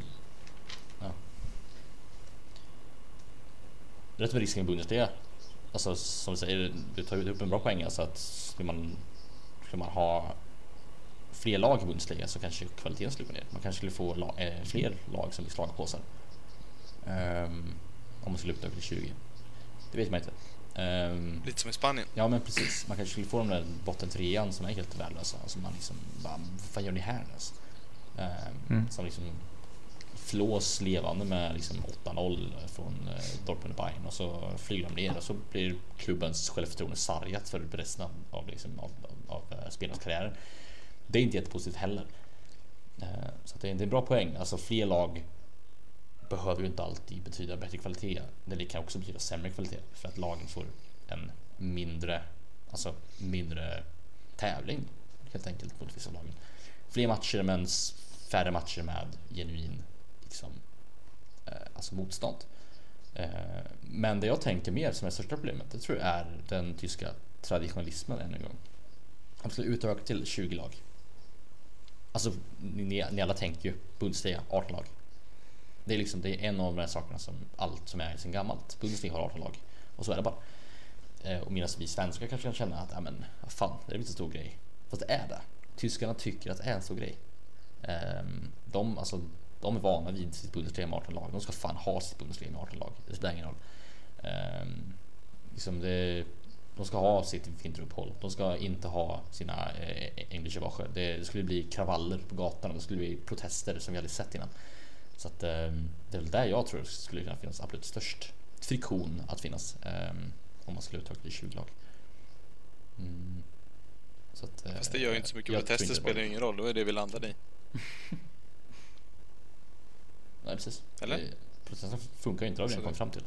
ja. Det är det som är risken med Bundesliga. alltså som du säger, du tar ju upp en bra poäng, alltså att skulle man, skulle man ha fler lag i Bundesliga så kanske kvaliteten skulle gå ner. Man kanske skulle få lag, eh, fler lag som blir slagna på sig. Um, om man skulle utöka till tjugo. Det vet man inte. Um, Lite som i Spanien. Ja, men precis. Man kanske skulle få de där botten trean som är helt värdelösa. Alltså man liksom bara, vad gör ni här alltså? Um, mm. Som liksom flås levande med liksom åtta noll från uh, Dortmund och Bayern, och så flyger de ner och så blir klubbens självförtroende sargat för resten av, av, liksom, av, av, av uh, spelarnas karriärer. Det är inte jättepositivt heller. Uh, så att det, är, det är en bra poäng. Alltså fler lag behöver ju inte alltid betyda bättre kvalitet. Det kan också betyda sämre kvalitet, för att lagen får en mindre, alltså mindre tävling helt enkelt mot vissa lagen. Fler matcher men färre matcher med genuin liksom, eh, alltså motstånd. Eh, men det jag tänker mer som är största problemet, det tror jag är den tyska traditionalismen än en gång. De skulle utöka till tjugo lag. Alltså ni, ni alla tänker ju Bundesliga arton lag. Det är liksom, det är en av de här sakerna som allt som är sen gammalt. Bundesliga har arton lag, och så är det bara. Eh, och medan vi svenskar kanske kan känna att ja, men fan, det är inte så stor grej. Fast det är det. Tyskarna tycker att det är en stor grej. Eh, de, alltså, de är vana vid sitt Bundesliga med arton lag. De ska fan ha sitt Bundesliga med arton lag. Det spelar ingen roll. Eh, liksom det, de ska ha sitt vinteruppehåll. De ska inte ha sina eh, Englische Woche. Det, det skulle bli kravaller på gatan. Det skulle bli protester som vi aldrig sett innan. Så att, eh, det är väl där jag tror det skulle kunna finnas absolut störst friktion att finnas, eh, om man skulle utöka till tjugo lag. Mm. Så att, eh, Fast det gör ju inte så mycket. Protester spelar ju ingen roll. Då är det vi landade i. Nej, precis. Eller? Protesten funkar ju inte av det jag kom fram till.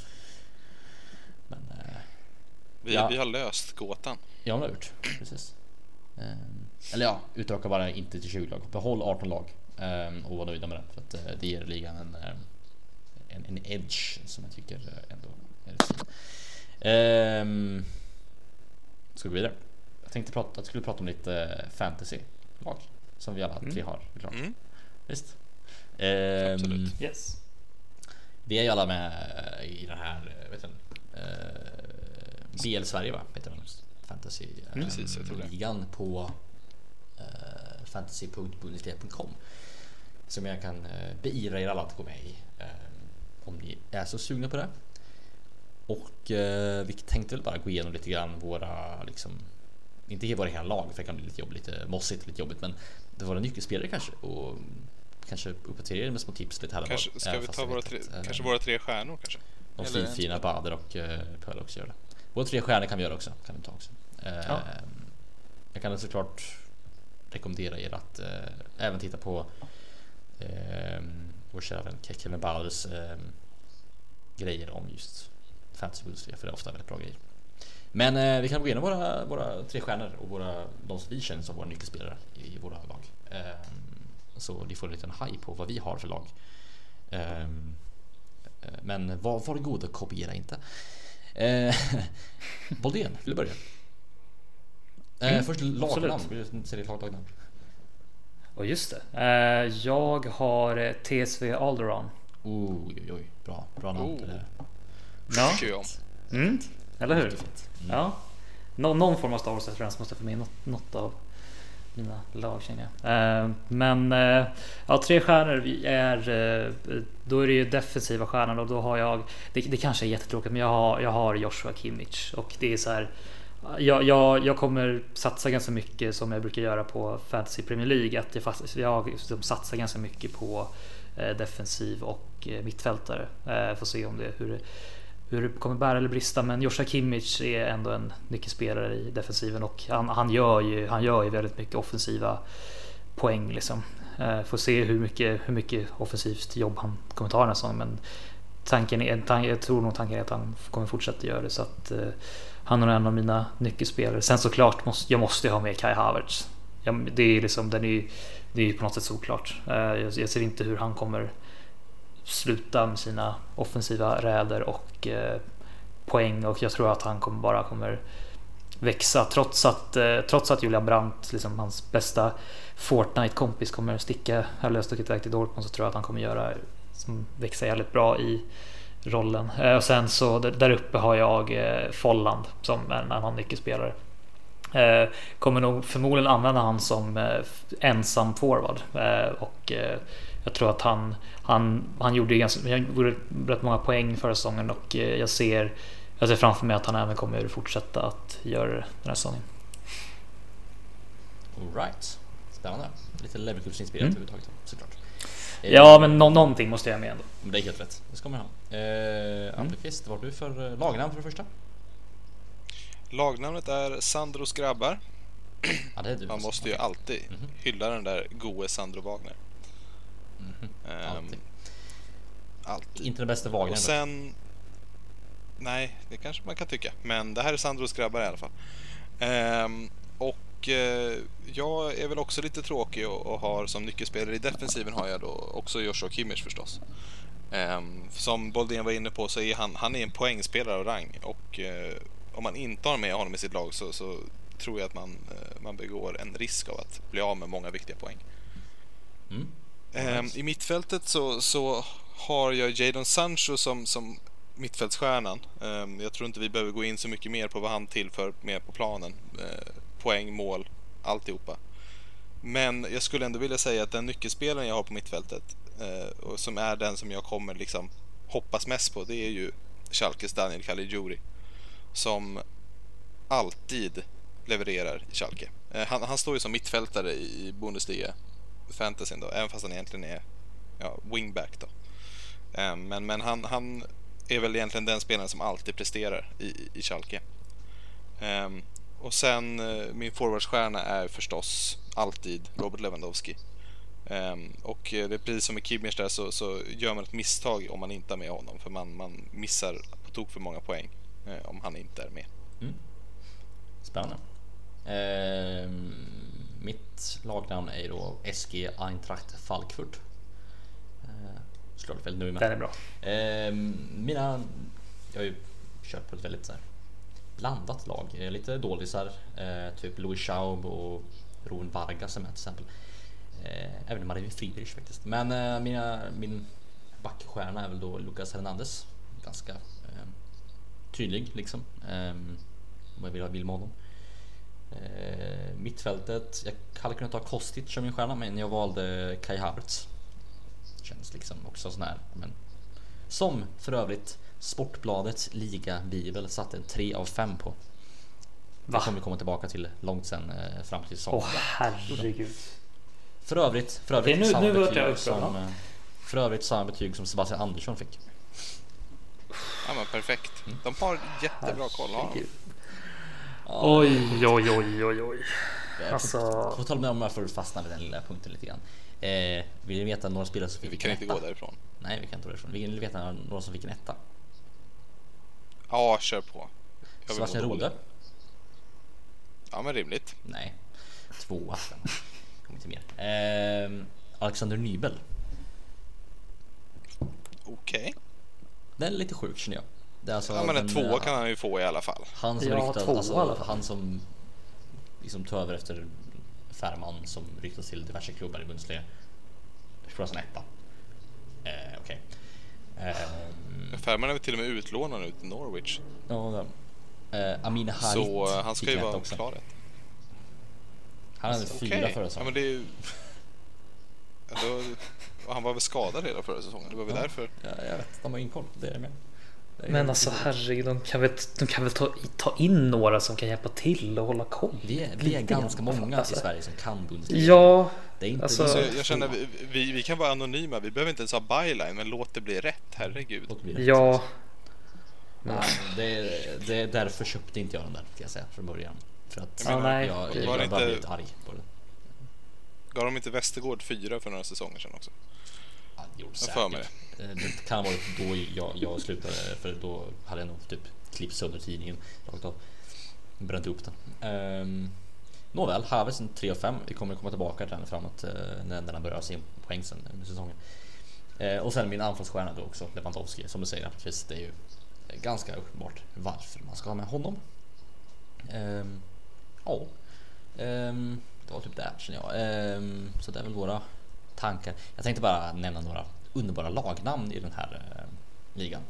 Men eh, vi, ja. vi har löst gåtan. Ja, det har gjort. Precis. Eh, eller ja, utöka bara inte till tjugo lag. Behåll arton lag. Um, och var nöjda med det, för att uh, det ger ligan en, um, en, en edge som jag tycker uh, ändå är fin. Um, ska vi vidare? Jag tänkte prata, att jag skulle prata om lite uh, fantasy-lag som vi alla mm. tre har. Mm. Visst? Um, Absolut. Yes. Vi är ju alla med i den här vet du, uh, B L Sverige, va? Heter den? Fantasy um, Precis, jag tror det. Ligan på uh, fantasy punkt bundesliga punkt com, som jag kan eh, beivra er alla att gå med i eh, om ni är så sugna på det. Och eh, vi tänkte väl bara gå igenom lite grann våra liksom, inte ge våra hela lag, för det kan bli lite jobbigt, lite mossigt, lite jobbigt, men det var en nyckelspelare kanske, och kanske uppdatera er med små tips lite här. Kanske var, ska vi ta våra tre, att, kanske våra tre stjärnor kanske. De fin, fina Bader och eh, Pöl också gör det. Våra tre stjärnor kan vi göra också, kan vi ta också. Eh, ja. Jag kan såklart rekommendera er att eh, även titta på eh, vår kära vän Kevin Balders eh, grejer om just fantasy Bundesliga, för det är ofta väldigt bra grejer. Men eh, vi kan gå igenom våra, våra tre stjärnor och våra, de som vi känner som våra nyckelspelare i, i våra lag. Eh, så ni får en liten haj på vad vi har för lag. Eh, men var, var god och kopiera inte. Eh, Boldén, vill du börja? Eh, mm, först lagnamn, vill du säga ditt lagnamn? Och just det, eh, jag har T S V Alderaan. Oh, oj, oj, bra, bra namn. Oh. Det ja. Mm, eller hur? Mm. Ja. Nå- någon form av Star Wars-referens måste få med något, något av mina lag, känner jag. Eh, men eh, ja, tre stjärnor vi är, eh, då är det ju defensiva stjärnor, och då har jag, det, det kanske är jättetråkigt, men jag har, jag har Joshua Kimmich, och det är så här. Jag, jag, jag kommer satsa ganska mycket som jag brukar göra på Fantasy Premier League, att jag, fast, jag satsar ganska mycket på eh, defensiv och eh, mittfältare. Eh, får se om det hur, hur det kommer bära eller brista, men Joshua Kimmich är ändå en nyckelspelare i defensiven, och han, han, gör ju, han gör ju väldigt mycket offensiva poäng liksom. Eh, får se hur mycket, hur mycket offensivt jobb han kommer ta den här säsongen, men tanken är, tank, jag tror nog tanken är att han kommer fortsätta göra det, så att eh, han är en av mina nyckelspelare. Sen såklart måste jag måste ha med Kai Havertz. Jag, det är liksom, den är, det är på något sätt såklart. Uh, jag, jag ser inte hur han kommer sluta med sina offensiva räder och uh, poäng, och jag tror att han kommer bara kommer växa, trots att uh, trots att Julian Brandt, liksom hans bästa Fortnite-kompis, kommer sticka eller stuckit iväg till Dortmund, så tror jag att han kommer göra som växa jävligt bra i rollen. Eh, och sen så där, där uppe har jag eh, Folland som en annan nyckelspelare. Eh, kommer nog förmodligen använda han som eh, ensam forward eh, och eh, jag tror att han han, han gjorde ganska, han gjorde rätt många poäng förra säsongen och eh, jag ser jag ser framför mig att han även kommer fortsätta att göra den här säsongen. All right. Spännande. Lite Leverkusen-inspirerat mm. överhuvudtaget såklart. Ja, men no- någonting måste jag med ändå. Men det är helt rätt. Det ska man ha. Eh, Appelqvist, vad har du för lagnamn för det första? Lagnamnet är Sandros grabbar. Ja, det är du. Man måste ju alltid mm-hmm. hylla den där goe Sandro Wagner. Mm-hmm. Alltid. Um, alltid. Inte den bästa Wagner. Och sen... Nej, det kanske man kan tycka. Men det här är Sandros grabbar i alla fall. Um, och uh, jag är väl också lite tråkig och, och har som nyckelspelare i defensiven har jag då också Joshua Kimmich förstås. Um, som Boldén var inne på så är han, han är en poängspelare av rang och uh, om man inte har med honom i sitt lag så, så tror jag att man, uh, man begår en risk av att bli av med många viktiga poäng. Mm. Um, I mittfältet så, så har jag Jadon Sancho som, som mittfältsstjärnan. Um, jag tror inte vi behöver gå in så mycket mer på vad han tillför mer på planen. Uh, poäng, mål, alltihopa. Men jag skulle ändå vilja säga att den nyckelspelaren jag har på mittfältet uh, och som är den som jag kommer liksom hoppas mest på, det är ju Schalkes Daniel Caligiuri som alltid levererar i Schalke. Uh, han, han står ju som mittfältare i Bundesliga fantasyn då, även fast han egentligen är ja, wingback då. Um, men men han, han är väl egentligen den spelaren som alltid presterar i, i Schalke. Um, och sen uh, min forwardstjärna är förstås alltid Robert Lewandowski. Um, och uh, det är precis som med Kimmich där så, så gör man ett misstag om man inte är med honom för man, man missar på tok för många poäng uh, om han inte är med. Mm. Spännande. Um... Mitt lagnamn är då S G Eintracht Frankfurt. Eh, slår det väl nu med. Den är bra. Eh, mina jag har ju kört på ett väldigt så här blandat lag. Lite dålisar, eh, typ Louis Schaub och Ron Vargas som är till exempel. Eh, även Marie Friedrich faktiskt. Men eh, mina min backstjärna är väl då Lucas Hernandez. Ganska eh, tydlig liksom. Eh, om jag vill ha vill med honom. Eh, mittfältet, jag hade kunnat ta Kostic som min stjärna men jag valde Kai Havertz. Känns liksom också sån här men, som för övrigt Sportbladets liga-bibel satte en tre av fem på. Det kommer vi komma tillbaka till långt sen eh, fram till säsongen. Åh herregud. För övrigt, för övrigt okay, nu, samma nu betyg som eh, för övrigt samma betyg som Sebastian Andersson fick. Ja men perfekt. De har jättebra koll har de. Oj, oj, oj, oj, oj. Alltså... Får tala med om jag får fastna vid den lilla punkten lite grann. Eh, vill ni veta några spelare som fick vi kan inte etta? gå därifrån. Nej, vi kan inte gå därifrån. Vill ni veta några som fick en etta? Ja, kör på. Sebastian Rode? Ja, men rimligt. Nej, tvåa. Kom inte mer. Eh, Alexander Nybel. Okej. Okay. Den är lite sjuk känner jag. Det är alltså ja men en den, tvåa kan han ju få i alla fall. Han som ja, ryktas, tvåa, alltså, han som liksom tog över efter Färman som ryktas till diverse klubbar i Bundesliga. För en etta. Eh, Okej. Okay. Eh, Färman är väl till och med utlånad ut i Norwich. Ja, eh, Amina Harit. Så uh, han ska ju vara också. Klar rätt. Han hade fyra okay. förra säsongen. Ja, men det är ju... Då... Han var väl skadad hela förra säsongen. Det var väl ja. därför. Ja, jag vet. De har inkoll. Det är det med. Men alltså herregud, de kan väl, de kan väl ta, ta in några som kan hjälpa till och hålla koll. Vi är, vi är ganska många alltså. I Sverige som kan Bundesliga. Ja, det är inte alltså, så jag, jag känner vi, vi, vi kan vara anonyma. Vi behöver inte ens ha byline, men låt det bli rätt, herregud. Bli rätt, ja. Ja, det, det är därför köpte inte jag den där, ska jag säga från början. För att jag, menar, jag, jag, jag var bara lite arg på det. Gav de inte Västergård fyra för några säsonger sedan också? Ja, det gjorde jag för mig det. Det kan vara då jag, jag slutade, för då hade jag nog typ klippt sönder tidningen rakt av, bränt upp den. Um, nåväl, Havertz en tre av fem. Vi kommer komma tillbaka till den framåt uh, när den börjar sin poäng sen under säsongen. Uh, och sen min anfallsstjärna då också, Lewandowski, som du säger, precis, det är ju ganska uppenbart varför man ska ha med honom. Um, ja, um, det var typ det känner jag. Um, så det är väl våra tankar. Jag tänkte bara nämna några underbara lagnamn i den här eh, ligan.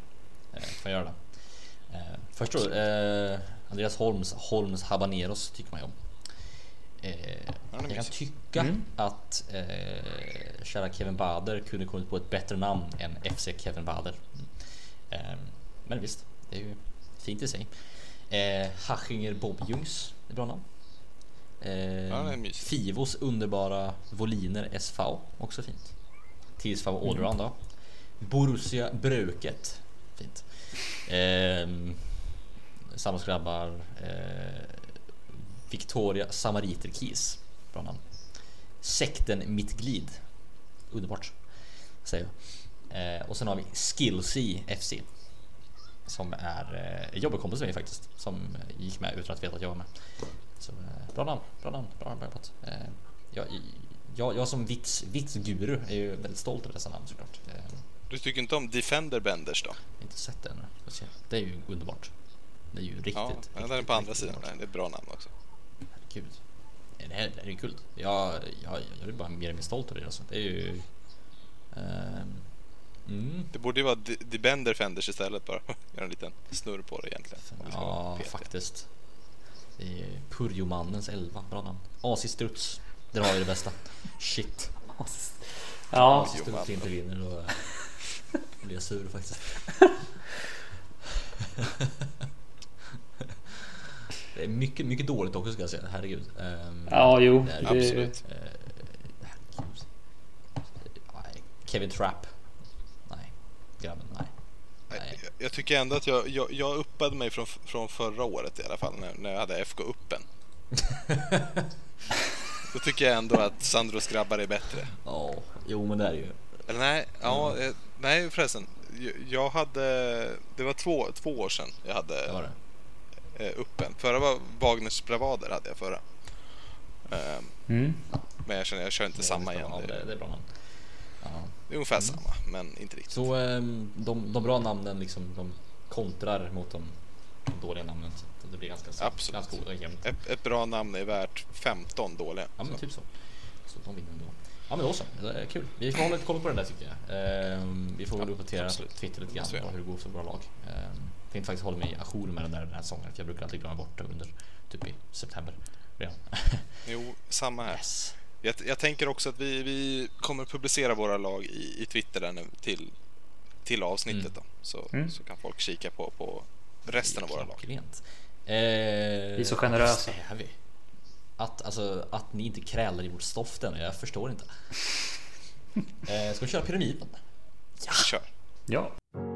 eh, får jag göra det. Eh, först då, eh, Andreas Holms Holms Habaneros tycker man ju om. Eh, jag kan tycka mm. att eh, kära Kevin Bader kunde kommit på ett bättre namn än F C Kevin Bader. Eh, men visst, det är ju fint i sig. Eh, Hachinger Bob Jungs, det är bra namn. Eh, ja, Fivos underbara Voliner S V, också fint. Tidsfav mm. Allround då. Borussia Bröket, fint. Eh, Samma grabbar. Eh, Victoria Samariter Keys, bra namn. Sekten Mittglid, underbart säger jag. Eh, och sen har vi Skillsy F C, som är eh, jobbekompis med mig faktiskt, som gick med utan att veta att jag var med. Så eh, bra namn, bra namn, bra namn. Eh, jag, jag, jag som vits, vitsguru är ju väldigt stolt över dessa namn såklart. Eh, du tycker inte om Defender Benders då? Inte sett det ännu. Det är ju underbart. Det är ju riktigt. Ja, riktigt, den är på andra sidan. Nej, det är ett bra namn också. Gud. Det här, det här är kul. Jag, jag, jag är bara mer och mer stolt över det. Alltså. Det är ju... Um, mm. Det borde ju vara Defender Fenders istället bara. Göra en liten snurr på det egentligen. Ja, faktiskt. Det är Purjomannens elva. Bra namn. Asistruts. Där har vi det bästa. Shit. Ja. Asistruts inte vinner. Då blir jag sur faktiskt. Det är mycket, mycket dåligt också ska jag säga. Herregud. Um, ja, jo. Det är, absolut. Uh, Kevin Trapp. Nej. Grabben, nej. nej. Jag, jag tycker ändå att jag, jag, jag uppade mig från, från förra året i alla fall. När, när jag hade F K Uppen. Då tycker jag ändå att Sandros grabbar är bättre. Ja, jo men det är ju. Eller nej, ja, mm. nej förresten. Jag, jag hade, det var två, två år sedan jag hade... Det var det. Uppen. Förra var Wagners Bravader hade jag förra. Um, mm. Men jag känner jag kör inte det samma igen. Det, det är bra namn. Ja. Det är ungefär mm. samma, men inte riktigt. Så um, de, de bra namnen liksom, de kontrar mot de, de dåliga namnen. Så det blir ganska, Absolut. ganska goda jämnt. Ett, ett bra namn är värt femton dåliga. Ja, men så. typ så. Så de vinner ändå. Ja, men då så. Det är kul. Vi får hålla lite koll på det där tycker jag. Um, vi får väl ja, uppdatera absolut. Twitter lite grann på hur det går för våra lag. Um, Jag tänkte faktiskt hålla mig ajour med den där, den här sången, för jag brukar alltid glömma bort det under typ i september redan. Jo, samma här. Yes. Jag, jag tänker också att vi, vi kommer publicera våra lag i, i Twitter där nu till, till avsnittet mm. då. Så, mm. så kan folk kika på, på resten av våra lag. Eh, vi är så generösa. Är vi? Att, alltså, att ni inte krälar i vårt stoft än, jag förstår inte. eh, ska vi köra pyramiden? Ja. Vi kör. Ja.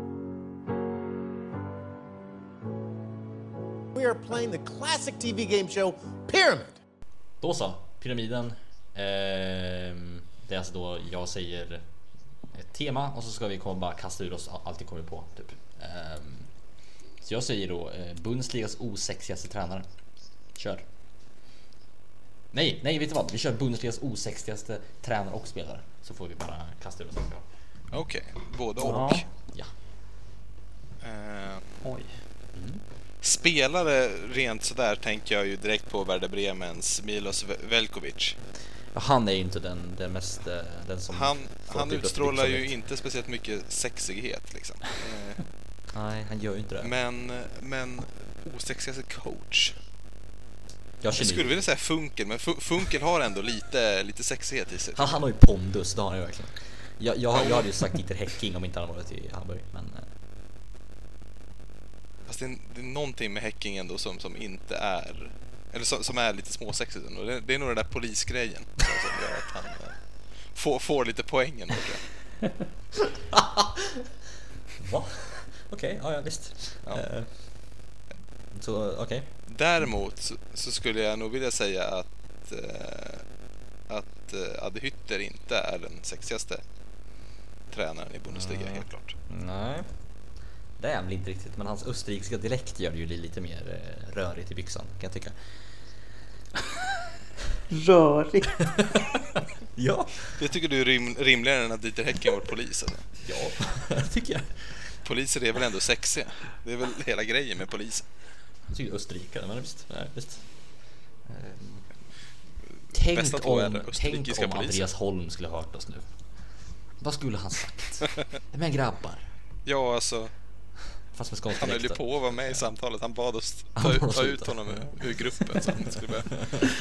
We are playing the classic T V game show Pyramid. Då så, pyramiden. Eh, det är alltså då jag säger ett tema och så ska vi komma bara kasta ur oss allt vi kommer på typ. Eh, så jag säger då eh, Bundesligas osexigaste tränare. Kör. Nej, nej, vet du vad? Vi kör Bundesligas osexigaste tränare och spelare. Så får vi bara kasta ur oss allt vi har. Okej, okay. Både och. Ja. ja. Eh, Oj. Mm. Spelare rent sådär tänker jag ju direkt på Werder Bremens Milos Veljković. Han är inte den, den mest den som han, han utstrålar ju inte speciellt mycket sexighet liksom. Nej, han gör ju inte det. Men, men osexigaste coach. Jag, jag skulle vilja säga Funkel, men Funkel har ändå lite, lite sexighet i sig. Han, han har ju pondus, det har han ju verkligen. Jag, jag, jag hade ju sagt Dieter Hecking om inte han varit i Hamburg, men... Fast det är, det är någonting med Hecking ändå som, som inte är... Eller som, som är lite småsexigt. Det, det är nog den där polisgrejen som gör att han äh, får, får lite poängen. Va? Okej, okay, ja, ja visst. Ja. Uh, så okej. Okay. Däremot så, så skulle jag nog vilja säga att uh, att uh, Adi Hütter inte är den sexigaste tränaren i Bundesliga, mm. helt klart. Nej. Det är han väl inte riktigt, men hans österrikiska dialekt gör det ju lite mer uh, rörigt i byxan, kan jag tycka. Rörigt? Ja. Jag tycker du är rim, rimligare än att Dieter Hecking var polis, alltså. Ja, det tycker jag. Poliser är väl ändå sexiga. Det är väl hela grejen med polisen. Jag tycker österrikare, men visst, nej, visst. Um, tänk om, tänk om Andreas Holm skulle ha hört oss nu. Vad skulle han sagt? Men grabbar. Ja, alltså Fast med skånska Han höll ju dräkter. på att vara med i samtalet. Han bad oss ta, Han bad oss ta sluta. ut honom ur, ur gruppen så att han skulle börja.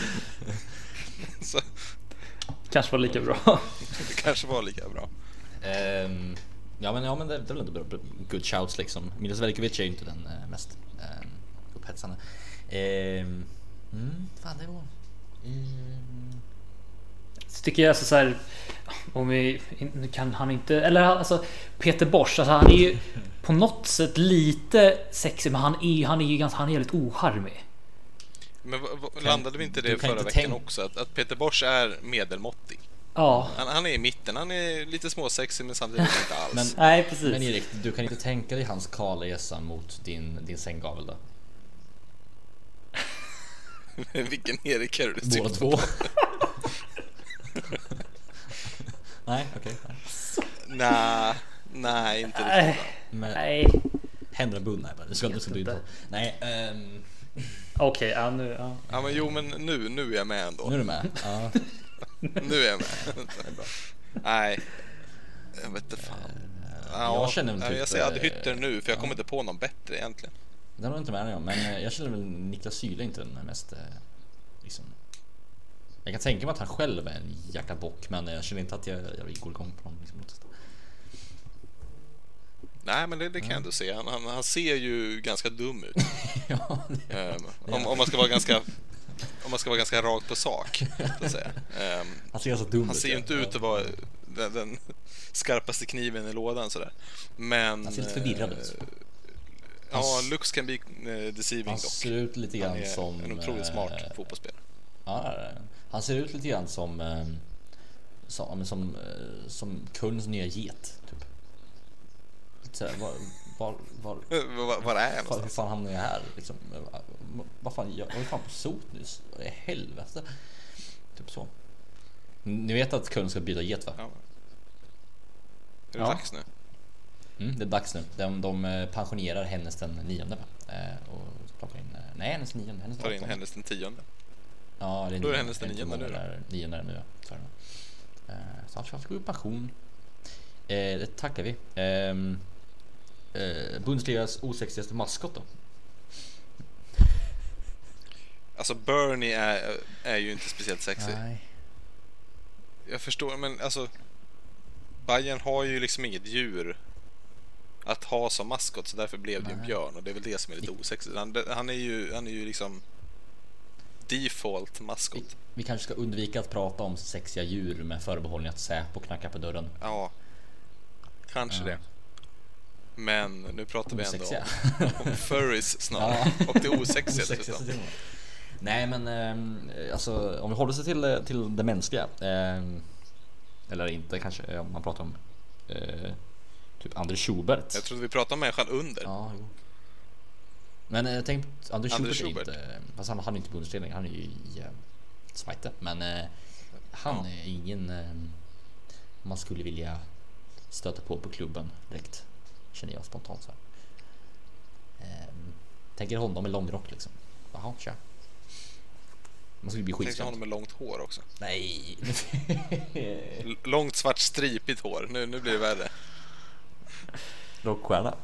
Så Kanske var lika bra. det kanske var lika bra. Ehm, ja men ja men det, det är väl ändå bra, bra, good shouts liksom. Milos Veljkovic är ju inte den eh, mest eh, upphetsande. Ehm, mm, fan det var. Mm. Så tycker jag alltså så här, om vi nu kan han inte, eller alltså Peter Bosch, alltså han är ju på något sätt lite sexig, men han är han är ju ganska, han är väldigt ocharmig. Men v- v- landade vi inte det du kan förra inte veckan tänk- också? Att, att Peter Bosch är medelmåttig. Ja, Han, han är i mitten. Han är lite småsexig men samtidigt inte alls. Men, nej precis. men Erik, du kan inte tänka dig hans karlresa mot din, din sänggavel då? Vilken Erik är det Båda typ? två. Nej, okej. Okay. Nej, nej, inte Nej. riktigt. Men Nej. händerna bundna. Du ska, du ska Vet du inte. inte. Nej, ehm, Okej, ja, nu ja. Ja, men jo, men nu, nu är jag med ändå. nu är du med. Ja. Nu är jag med. Nej, jag vet inte fan. Ja, jag känner väl typ, jag säger Adde Hytter eh, nu, för jag ja. kommer inte på någon bättre egentligen. Det har jag inte med dig om, men eh, jag känner väl Niklas Syle inte den mest eh, liksom. Jag kan tänka mig att han själv är en jäkla bock, men jag känner inte att jag, jag går igång på honom liksom. Nej, men det, det kan jag ändå se. Han, han, han ser ju ganska dum ut. Ja, det, Ehm, om, om man ska vara ganska om man ska vara ganska rakt på sak, så att säga. Ehm, han ser så dum han ser ju ja. inte ut att vara den, den skarpaste kniven i lådan sådär. Men Han ser lite förvirrad ut. eh, Ja, looks can be eh, deceiving Han dock. ser ut lite Han grann är som en otroligt smart eh, fotbollsspelare. Ja, han ser ut lite grann som eh, som, men som, eh, som kundens nya get typ. Lite såhär, var, var, var, Var, var är han var, hur någonstans? fan hamnar jag här liksom? Vad fan, jag var fan på sot nyss. Vad i helvete? Typ så. Ni vet att kunden ska byta get va? Ja. Är det Ja. dags nu? Mm, det är dags nu. De, de pensionerar hennes den nionde va? Eh, och plockar in, nej hennes nionde. Hennes Tar in åttonde. hennes den tionde. Ja, det är Då är det nionde. hennes den Jag vet inte nionde hur många nu då. det är. Nionde är det nu, ja. Så är det. Eh, Så han ska gå i pension. Eh, det tackar vi. Ehm, eh, Bundesligas osexigaste maskot då? Alltså Bernie är, är ju inte speciellt sexig. Nej. Jag förstår, men alltså Bayern har ju liksom inget djur att ha som maskot, så därför blev det ju en Nej. björn, och det är väl det som är lite osexigt. Han, han är ju han är ju liksom default Vi, maskot. vi kanske ska undvika att prata om sexiga djur med förbehållning att Säpo knackar på dörren. Ja, kanske Ja. det. Men nu pratar vi ändå Osexiga. om, om furries snarare. Ja. Och det osexiga Osexigaste dessutom. till och med. Nej men ehm, alltså om vi håller sig till, till det mänskliga ehm, eller inte kanske om man pratar om eh, typ Anders Schubert. Jag trodde vi pratade om människan under. Ja, jo. Men jag tänkte Anders Anders Schubert är Schubert. inte, fast han han är inte Bundesliga, han är ju i eh, Zweite, men eh, han Ja. är ingen eh, man skulle vilja stöta på på klubben direkt, känner jag spontant så här. Eh, tänker honom med långrock liksom. Jaha, tja. Man skulle bli Jag tänkte skitskrämd. honom med långt hår också. Nej. L- långt svart stripigt hår. Nu, nu blir det värre. Rockstjärna.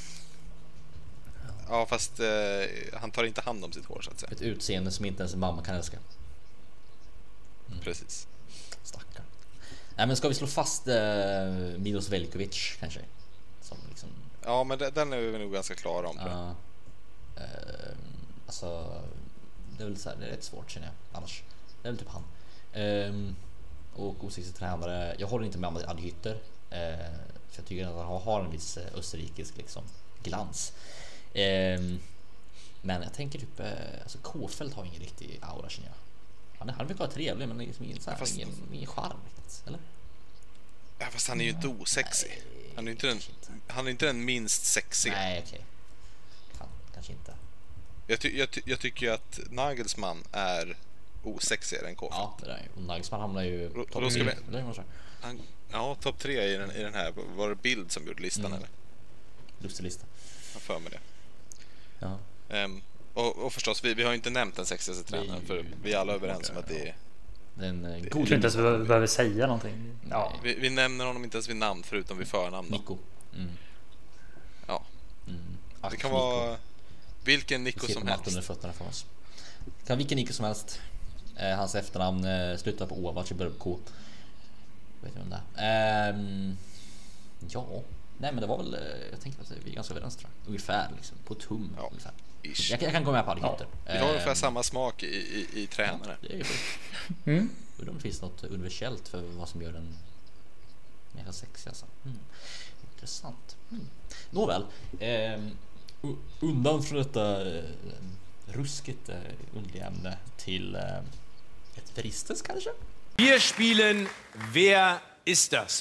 Ja, fast eh, han tar inte hand om sitt hår så att säga. Ett utseende som inte ens en mamma kan älska. Precis. Stackar. Nej men ska vi slå fast eh, Milos Veljkovic kanske? Som liksom, Ja, men det, den är vi nog ganska klara om. tror jag. ja. Eh, alltså det är väl så här, det är rätt svårt känner jag annars. Det är väl typ han. Eh, och osiktig tränare. Jag håller inte med om Adde Hytter. Eh, för jag tycker att han har en viss eh, österrikisk liksom glans. Eh, men jag tänker typ eh, alltså Kåfeld har ingen riktig aura känner jag. Han, han brukar vara trevlig men liksom ingen, så här, Ja, fast- ingen, ingen charm riktigt, eller? Ja, fast han är ju inte osexig. Nej, Han är inte den, kanske inte. han är inte den minst sexiga. Nej okej. Kan, kanske inte. Jag, ty, jag, ty, jag tycker ju att Nagelsmann är osexigare än Kåfeld. Ja, det där. Och Nagelsmann hamnar ju Då- topp då ska tre, vi- eller hur man säger. Han, ja, topp tre i den, i den här. Var det Bild som gjorde listan Mm. eller? Lustig lista. Jag för mig det. Ja. Ehm, och, och förstås, vi, vi har ju inte nämnt den sexigaste tränaren, för vi är alla överens om att det är... Den eh, Jag god tror inte ens vi behöver- behöver säga någonting. Ja. Vi, vi nämner honom inte ens vid namn förutom vid förnamn då. Nico. Mm. Ja. Mm. Det kan vara vilken Nico som helst. Under fötterna för oss. Det kan vara vilken Nico som helst. Eh, hans efternamn eh, slutar på O, vart börjar på K. Vet du om det är. Um, ja, nej men det var väl, jag tänker att vi är ganska överens tror jag. Ungefär liksom, på tum ja, ungefär. Jag, jag kan gå med på Alligator. Ja, vi har ungefär um, samma smak i, i, i tränare. Ja, det är ju mm. Undrar om det finns något universellt för vad som gör den mer sexig alltså. Mm. Intressant. Mm. Nåväl, eh, undan från detta eh, ruskigt eh, underliga ämne till eh, ett veristes kanske? Wir spielen Wer ist das?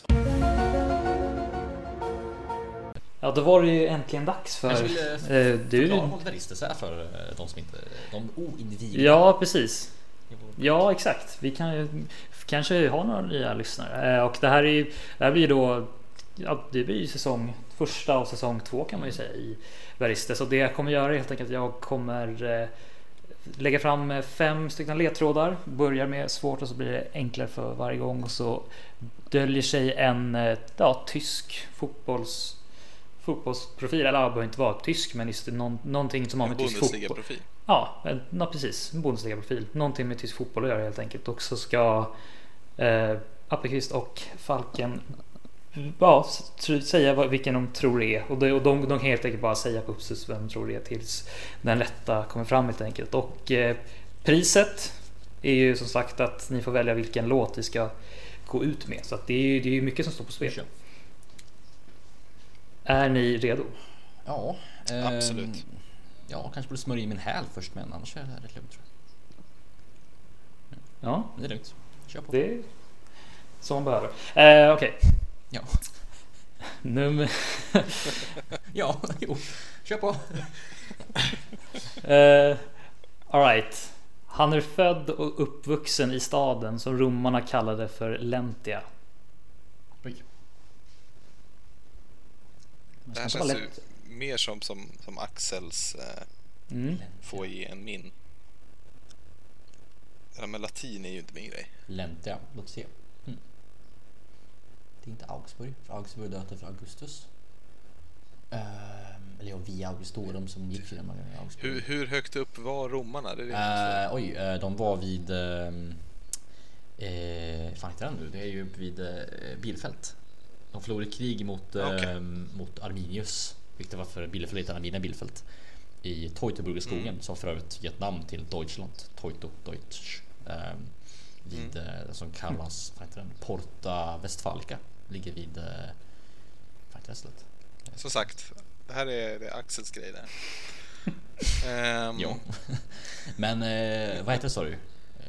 Ja, då var det ju äntligen dags för ville, eh, du. Vad veristes är för eh, de som inte, de oinvigda. Ja, precis. Ja, exakt. Vi kan ju kanske ha några nya lyssnare. Eh, och det här är det här blir då ja, det blir ju säsong första och säsong två kan man ju säga i Veristes. Och det jag kommer göra är helt enkelt att jag kommer eh, lägga fram fem stycken ledtrådar. Börjar med svårt och så blir det enklare för varje gång. Och så döljer sig en ja, tysk fotbolls fotbollsprofil. Eller det behöver inte vara tysk, men just någon, någonting som har med tysk fotboll. Ja, ja, precis. En Bundesliga-profil. Någonting med tysk fotboll att göra helt enkelt. Och så ska eh, Appelqvist och Falken ja, säga vilken de tror det är. Och de, och de, de kan helt enkelt bara säga på uppstuds vem de tror det är tills den rätta kommer fram helt enkelt. Och eh, priset är ju som sagt att ni får välja vilken låt vi ska gå ut med. Så att det är ju det är mycket som står på spel. Sure. Är ni redo? Ja, eh, absolut. Ja, kanske borde smörja i min häl först, men annars är det rätt lugnt tror jag. Ja, det är lugnt. Kör på. Det är som man behöver. Eh, Okej. Okay. Ja. Nummer... ja, jo. Kör på. uh, all right. Han är född och uppvuxen i staden som romarna kallade för Lentia. Oj. Det här känns ju mer som, som, som Axels eh, mm. få ge en min. Det där med latin är ju inte min grej. Lentia, låt se. Mm. Det är inte Augsburg, för Augsburg döpte för Augustus. Um, eller ja, via Augustorum som gick till den man i Augsburg. Hur, hur högt upp var romarna? Det är det uh, oj, uh, de var vid uh, eh, fan heter den nu? Det är ju vid uh, Bielefeld. De förlorade krig mot, okay. uh, mot Arminius, vilket var för Bielefeld, Arminia Bielefeld i Teutoburgerskogen, mm. som för övrigt gett namn till Deutschland, Teuto, Deutsch. Um, vid mm. uh, som kallas vad heter den? Porta Westfalica, ligger vid uh, Västlet. Som sagt, det här är, det är Axels grej där. um, ja. Men uh, vad heter det, sa du?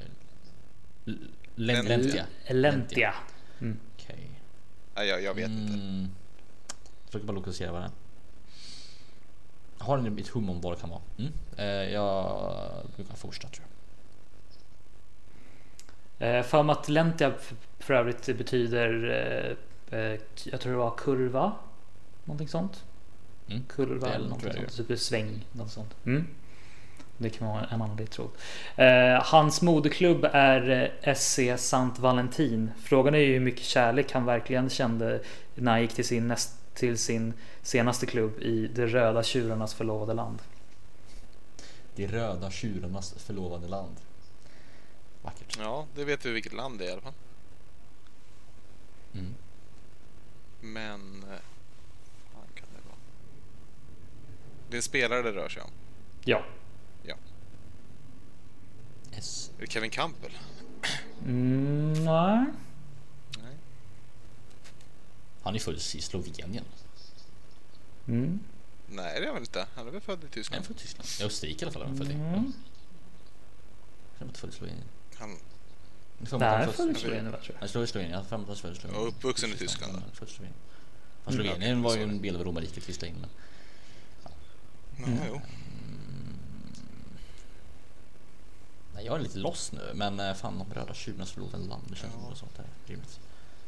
Lentia. Lentia. Mm. Okej. Okay. Ja, jag, jag vet mm. inte. Jag försöker bara lokalisera vad det är. Har ni ett hum om vad det kan vara? Mm. Eh, jag brukar fortsätta tror jag. Eh, för att Lentia för övrigt betyder eh, jag tror det var kurva. Någonting sånt. Mm. Kurva eller något sånt. Typ sväng. Något sånt. Mm. Det kan vara en annan ledtråd. Eh, hans moderklubb är S C Sant Valentin. Frågan är ju hur mycket kärlek han verkligen kände när han gick till sin, näst, till sin senaste klubb i det röda tjurarnas förlovade land. Det röda tjurarnas förlovade land. Vackert. Ja, det vet vi vilket land det är i alla fall. Mm. Men vad kan det vara? Det är en spelare det rör sig om. Ja. Ja. S. Är det Kevin Campbell? Mm, nej. Nej. Han är född i Slovenien. Mm. Nej, det är väl inte. Han är väl född i Tyskland. Han är född i Tyskland. I Österrike i alla fall är han född i. Mm. Han är inte född i Slovenien. Han... Nej, han är född i Slovenien, tror jag. Han är född i Slovenien. Han är född i Slovenien. Och uppvuxen i Tyskland. Han är född i Slovenien. Fast Slovenien mm. var ju en bild av romarriket visst länge. Men... Ja. Mm. Mm. Jo. Nej, jag är lite loss nu, men fan, de röda tjurarnas förlovade land, det känns ja. Sånt där rimligt.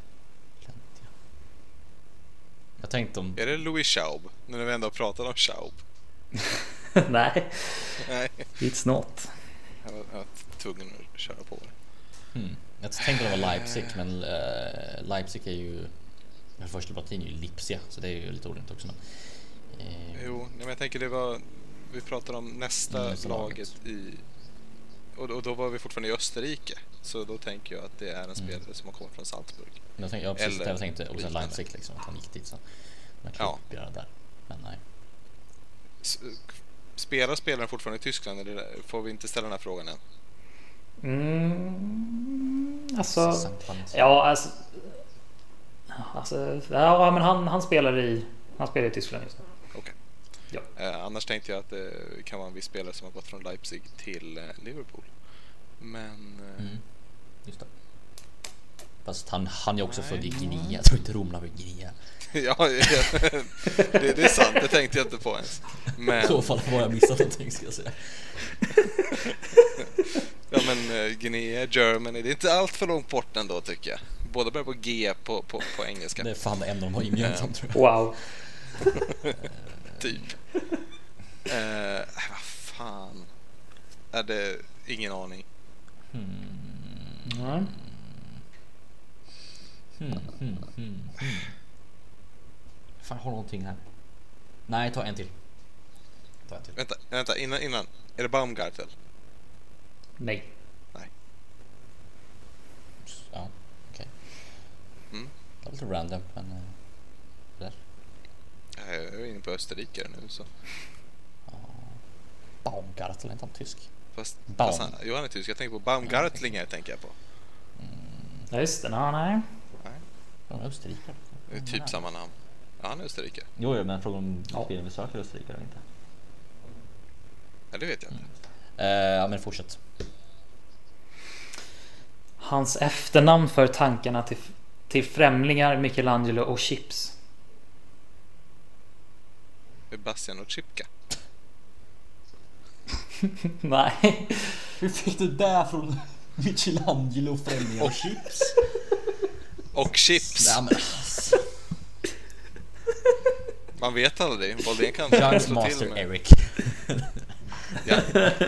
Jag tänkte om... Är det Louis Schaub? Nu när vi ändå pratar om Schaub. Nej. Nej. It's not. Jag var, jag var tvungen att köra på det. Hmm. Jag tänkte det var Leipzig, men uh, Leipzig är ju... För första latin är ju Lipsia, så det är ju lite ordentligt också. Men Eh, Jo, men jag tänker det var... Vi pratade om nästa Mm, nästa laget i... Och då, och då var vi fortfarande i Österrike. Så då tänker jag att det är en spelare som har kommit från Salzburg. jag tänkte, jag precis Eller där jag tänkte också liknande. Leipzig liksom, att han gick dit så. Man kan Ja. ja. göra där. Men nej. S- Spelar spelaren fortfarande i Tyskland? Eller får vi inte ställa den här frågan än? Mm, alltså, Sant sant. ja, alltså, alltså, ja, men han, han spelar i, han spelar i Tyskland just nu. Okej. Ja. Eh, annars tänkte jag att det kan vara en viss spelare som har gått från Leipzig till eh, Liverpool. Men... Eh, Mm. Just det. Fast han, han är också Nej. född i Guinea. Jag tror inte Roma var i Guinea. ja, det, det är sant. Det tänkte jag inte på ens. Men... I så fall har jag missat någonting, ska jag säga. Ja, men uh, Guinea, Germany, det är inte allt för långt bort ändå, tycker jag. Båda börjar på G på, på, på engelska. Det är fan det enda de har gemensamt, tror jag. Wow. Typ. uh, vad fan. Är det ingen aning. Hmm. Mm. Hmm, hmm, hmm, hmm. Fan, har någonting här. Nej, ta en till. Ta en till. Vänta, vänta innan, innan. Är det Baumgartel? Nej. Ja, okej. Mm. Det var lite random, men... eh, Där. Jag är inne på Österrike nu, så. Baumgartel, är inte han tysk? Fast, Baum. fast han, jo, han är tysk. Jag tänker på Baumgartlinger, tänker jag på. Ja, just det. Ja, nej. De är österrikare. Det är typ samma namn. Ja, han är Österrike. Jo, jo, men frågan om Ja. spelaren vi söker österrikare eller inte. Ja, det vet jag inte. Eh, ja, men fortsätt. Hans efternamn för tankarna till, till främlingar, Michelangelo och Chips. Bastian och Chipka. Nej. Hur fick du det från Michelangelo, främlingar och chips? Och Chips. Ja, men alltså. Man vet aldrig. Boldén kan Young slå Master till med. Eric. Ja,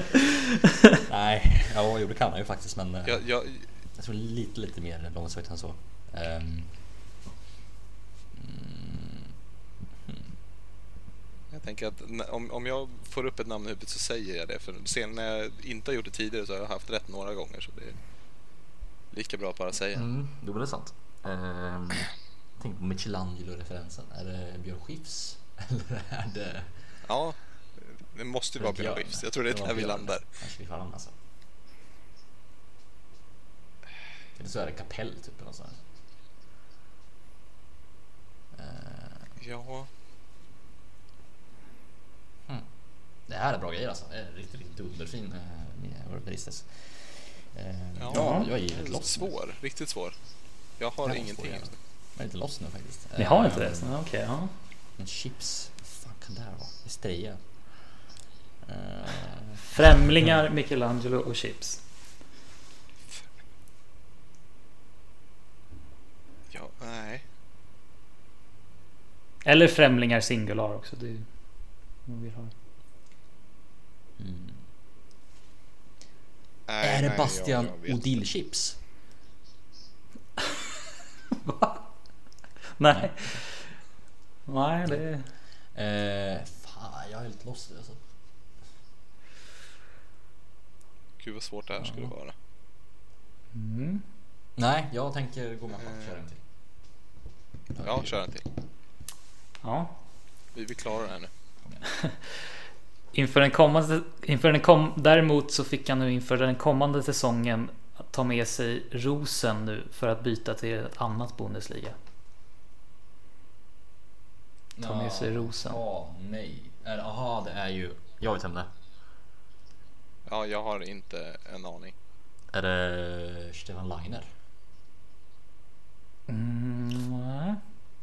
Nej, ja, jo, det kan han ju faktiskt, men eh, jag, jag, jag tror lite, lite mer långsamt än så. Um, jag tänker att n- om, om jag får upp ett namn i huvudet så säger jag det. För sen när jag inte har gjort det tidigare så har jag haft rätt några gånger. Så det är lika bra att bara säga. mm, jo, det är sant. Um, tänk på Michelangelo-referensen. Är det Björn Skifs? Eller är det... Ja, det måste ju vara Björn Skifs. Jag tror det är var där vi Björn. landar. Kanske vi får han alltså. Eller så är det Kapell typ eller något sånt. Uh, Ja, det här är bra grejer alltså. Det är riktigt, riktigt dunderfin uh, Ristes. Uh, Ja. ja, jag är ju lite lost. svår. Riktigt svår. Jag har Ja, ingenting svår, just nu. Jag är lite lost nu faktiskt. Ni har Eh, inte det? Så, okej, ja. Men chips, vad fan kan det här vara? Estrella. Uh, Främlingar, Michelangelo och Chips. Ja, nej. Eller främlingar singular också. Det är vad vi har. mm. nej Är det nej, Bastian jag- jag vet Odile chips? Va? Nej. Nej, det är... Uh, fan, jag är lite lost alltså. Gud vad svårt det här skulle vara. Mm. Nej, jag tänker gå med på att köra en till. Ja, kör en till. Ja. Vi, vi klarar det här nu. Inför den kommande, inför den kom, däremot så fick han nu inför den kommande säsongen ta med sig Rosen nu för att byta till ett annat Bundesliga. Ta med sig Rosen. Ja, nej. Är, aha, det är ju... Jag vet vem det är. Ja, jag har inte en aning. Är det Stefan Leiner? Mm, nej.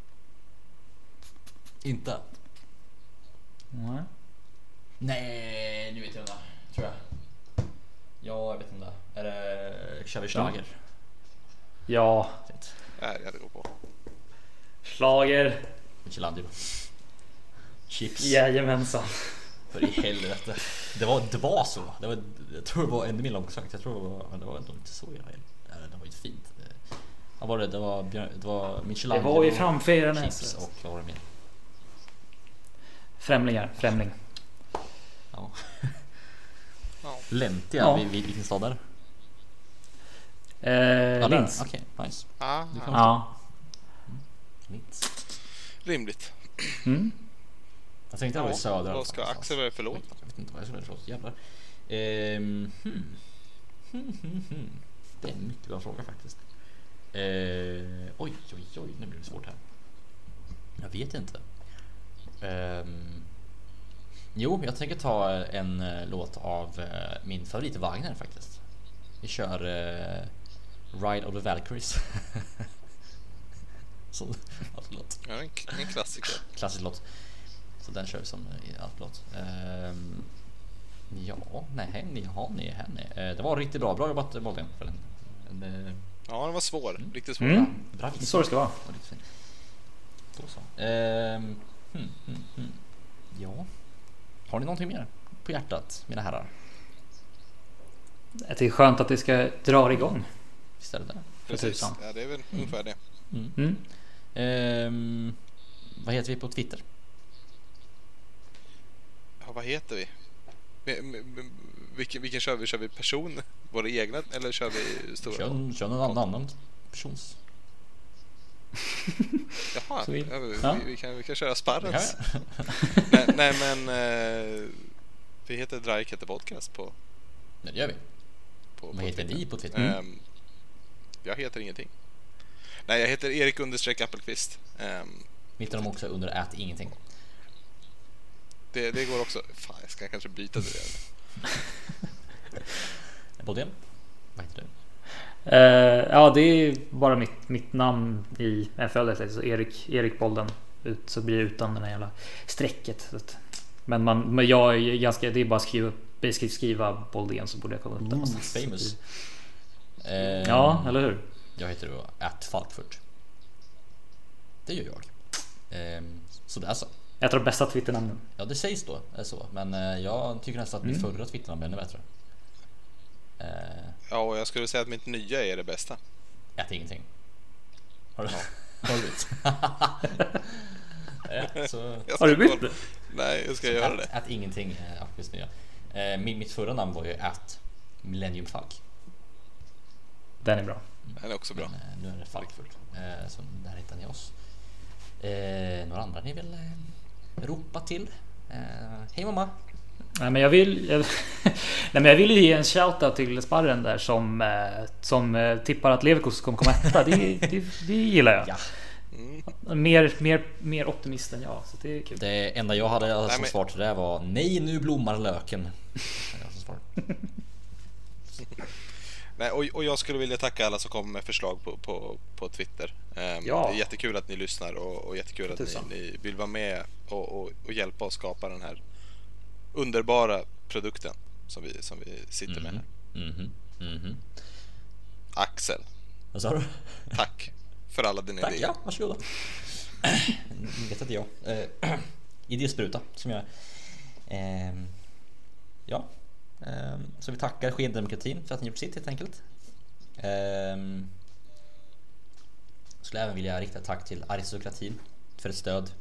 Inte. Nej. Nej, nu vet jag inte. Tror jag. Ja, jag vet inte. Är det Xavi Schlager? Ja, Fint. Nej, jag går på. Schlager. Michelangelo. Chips. Jajamensan. För i helvete. Det var, det var så. Det var, jag tror det var ännu mer långsamt. Jag tror det var, men det var ändå inte så jävla. Det var ju fint. Vad var det? Det var, Björn- det var Michelangelo. Det var ju framför er Chips näsa. och vad var det mer? Främlingar, främling. Ja. Ja. Lentia, Ja. vid, vid vilken stad där? Eh, Ja, där. Linz. Okej, nice. Ah, Du kan- Ja. Linz. rimligt. Mm. Jag tänkte att det var i södra. Vad ska Axel vara för låt? Jag vet inte vad jag ska välja för låt. Jävlar. Ehm, hmm. Hmm, hmm, hmm. Det är en mycket bra fråga faktiskt. Eh, oj, oj, oj. Nu blir det svårt här. Jag vet inte. Ehm, jo, jag tänker ta en eh, låt av eh, min favorit Wagner faktiskt. Vi kör eh, Ride of the Valkyries. Så, alltså, låt. Ja, en, en klassiker. Klassisk låt. Så den kör vi som i allt låt. Ehm, ja, nej, ni har ni henne. Eh, det var riktigt bra. Bra jobbat Bolden för en, en, en Ja, den var svår. Riktigt svår. Mm. bra. Det är så det ska vara. Ja, riktigt fin. Då så. Ehm, hmm, hmm, hmm. Ja. Har ni någonting mer på hjärtat, mina herrar? Det är skönt att det ska dra igång. Visst är det det? För Precis. tusan. Ja, det är väl ungefär det. Mm. Ehm, vad heter vi på Twitter? Ja, vad heter vi? Vi- m- m- Vilken, vilken kör vi? Kör vi person? Våra egna? Eller kör vi stora? Kör, kör någon annan persons. Jaha, Så vi- ja, vi, ja. vi, kan, vi kan köra Ja, Sparrens. ja. nej, nej, men eh, vi heter Dryketter Podcast på, Det gör vi. på, Vad på heter Twitter. ni på Twitter? Ehm, jag heter ingenting. Nej, jag heter Erik understreck Appelqvist. Ehm, Hittar de också under ät ingenting. det, det går också. Fan, jag ska kanske byta till det. Bolden? Vad heter du? Eh, ja, det är bara mitt, mitt namn i N F L, så Erik, Erik Bolden ut, så blir det utan den här jävla strecket. Så att, men, man, men jag är ganska, det är bara att skriva, basically skriva Bolden så borde jag komma upp där någonstans. Famous. Ehm, Ja, eller hur? Jag heter då at Falkfurt. Det gör jag. Ehm, så där så. Jag tror bästa Twitternamnen. Ja, det sägs då är så. Men eh, jag tycker nästan att mitt Mm. förra Twitternamn är ännu bättre. Eh, Ja, och jag skulle säga att mitt nya är det bästa. ät ingenting. Har du, har du bytt? Ja, så, Jag ska Har du bytt kolla- det? Nej, jag ska göra ät, det. ät ingenting är Apples nya. Eh, min, mitt förra namn var ju at Millennium Falk. Den är bra. Den är också bra. Men, eh, nu är det Falkfurt. Eh, så där hittar ni oss. Eh, några andra ni vill eh, ropa till? Eh, Hej mamma! Nej, men jag vill jag, nej, men jag vill ju ge en shoutout till Sparren där som, eh, som eh, tippar att Leverkusen kommer komma etta. Det, det, det gillar jag. Ja. Mm. Mer, mer, mer optimist än jag, så det är kul. Det enda jag hade Nej, som men- svar till det var nej, nu blommar löken. Det är jag som svar. Nej, och, och jag skulle vilja tacka alla som kommer med förslag på, på, på Twitter. Ehm, Ja. Det är jättekul att ni lyssnar och, och jättekul att ni, Tusan. ni vill vara med och, och, och hjälpa oss skapa den här underbara produkten som vi, som vi sitter med här. Mhm, mhm. Axel, Vad sa du? tack för alla dina Tack, idéer. ja, varsågoda. Ni vet att jag eh, idéspruta som jag är. Ehm, ja, ehm, så vi tackar Skendemokratin för att ni gjort sitt helt enkelt. Ehm, skulle även vilja rikta ett tack till aristokratin för ett stöd.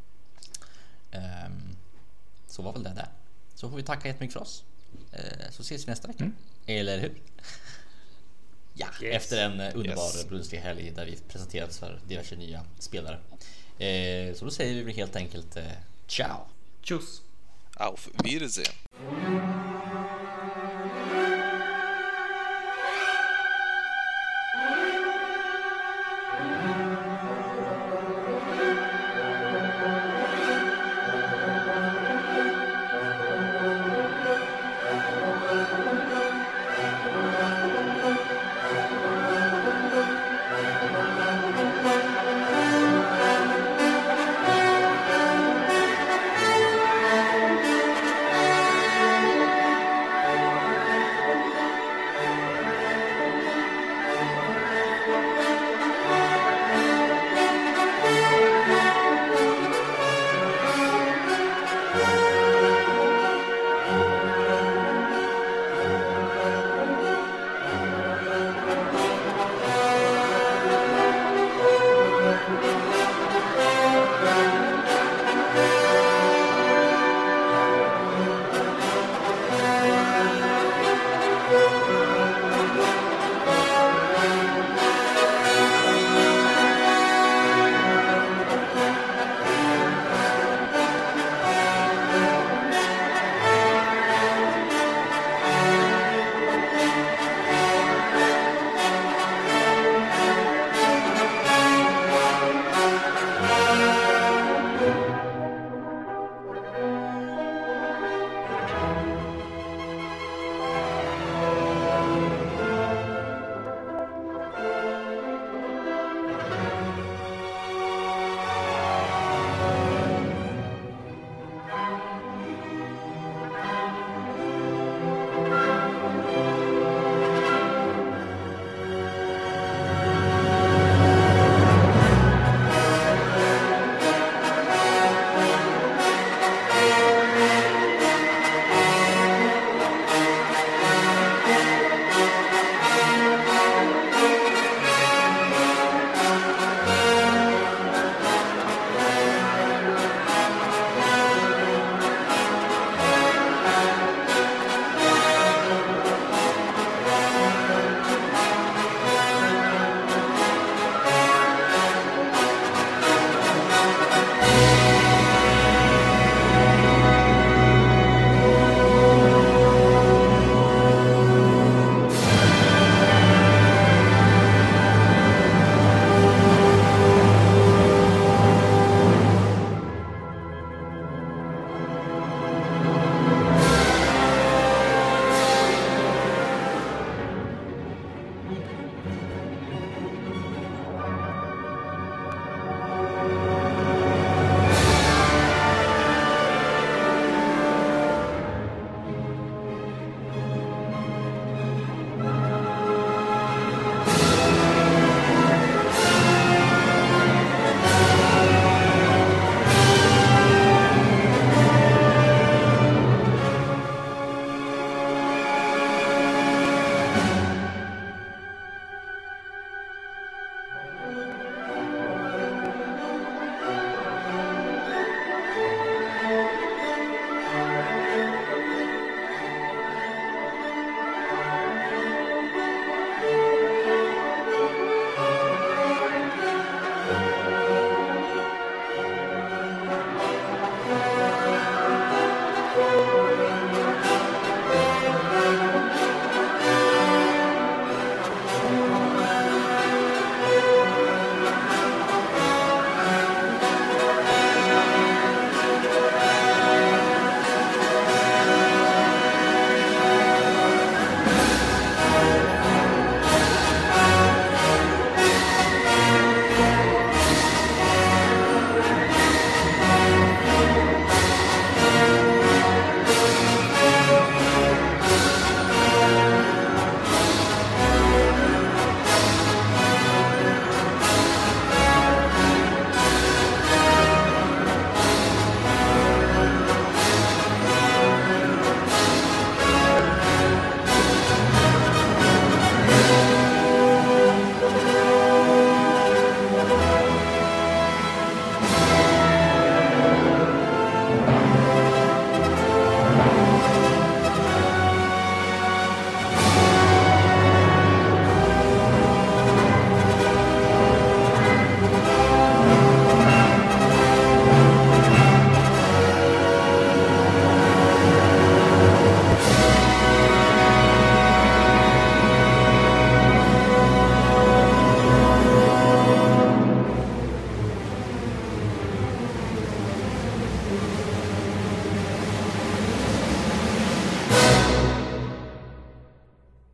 Ehm, så var väl det där. Så får vi tacka jättemycket för oss. Ehm, så ses vi nästa vecka. Mm. Eller hur? Ja, Yes. efter en eh, underbar Yes. Bundesliga-helg där vi presenterades för diverse nya spelare. Eh, så då säger vi väl helt enkelt eh, ciao. Tjus! Auf Wiedersehen.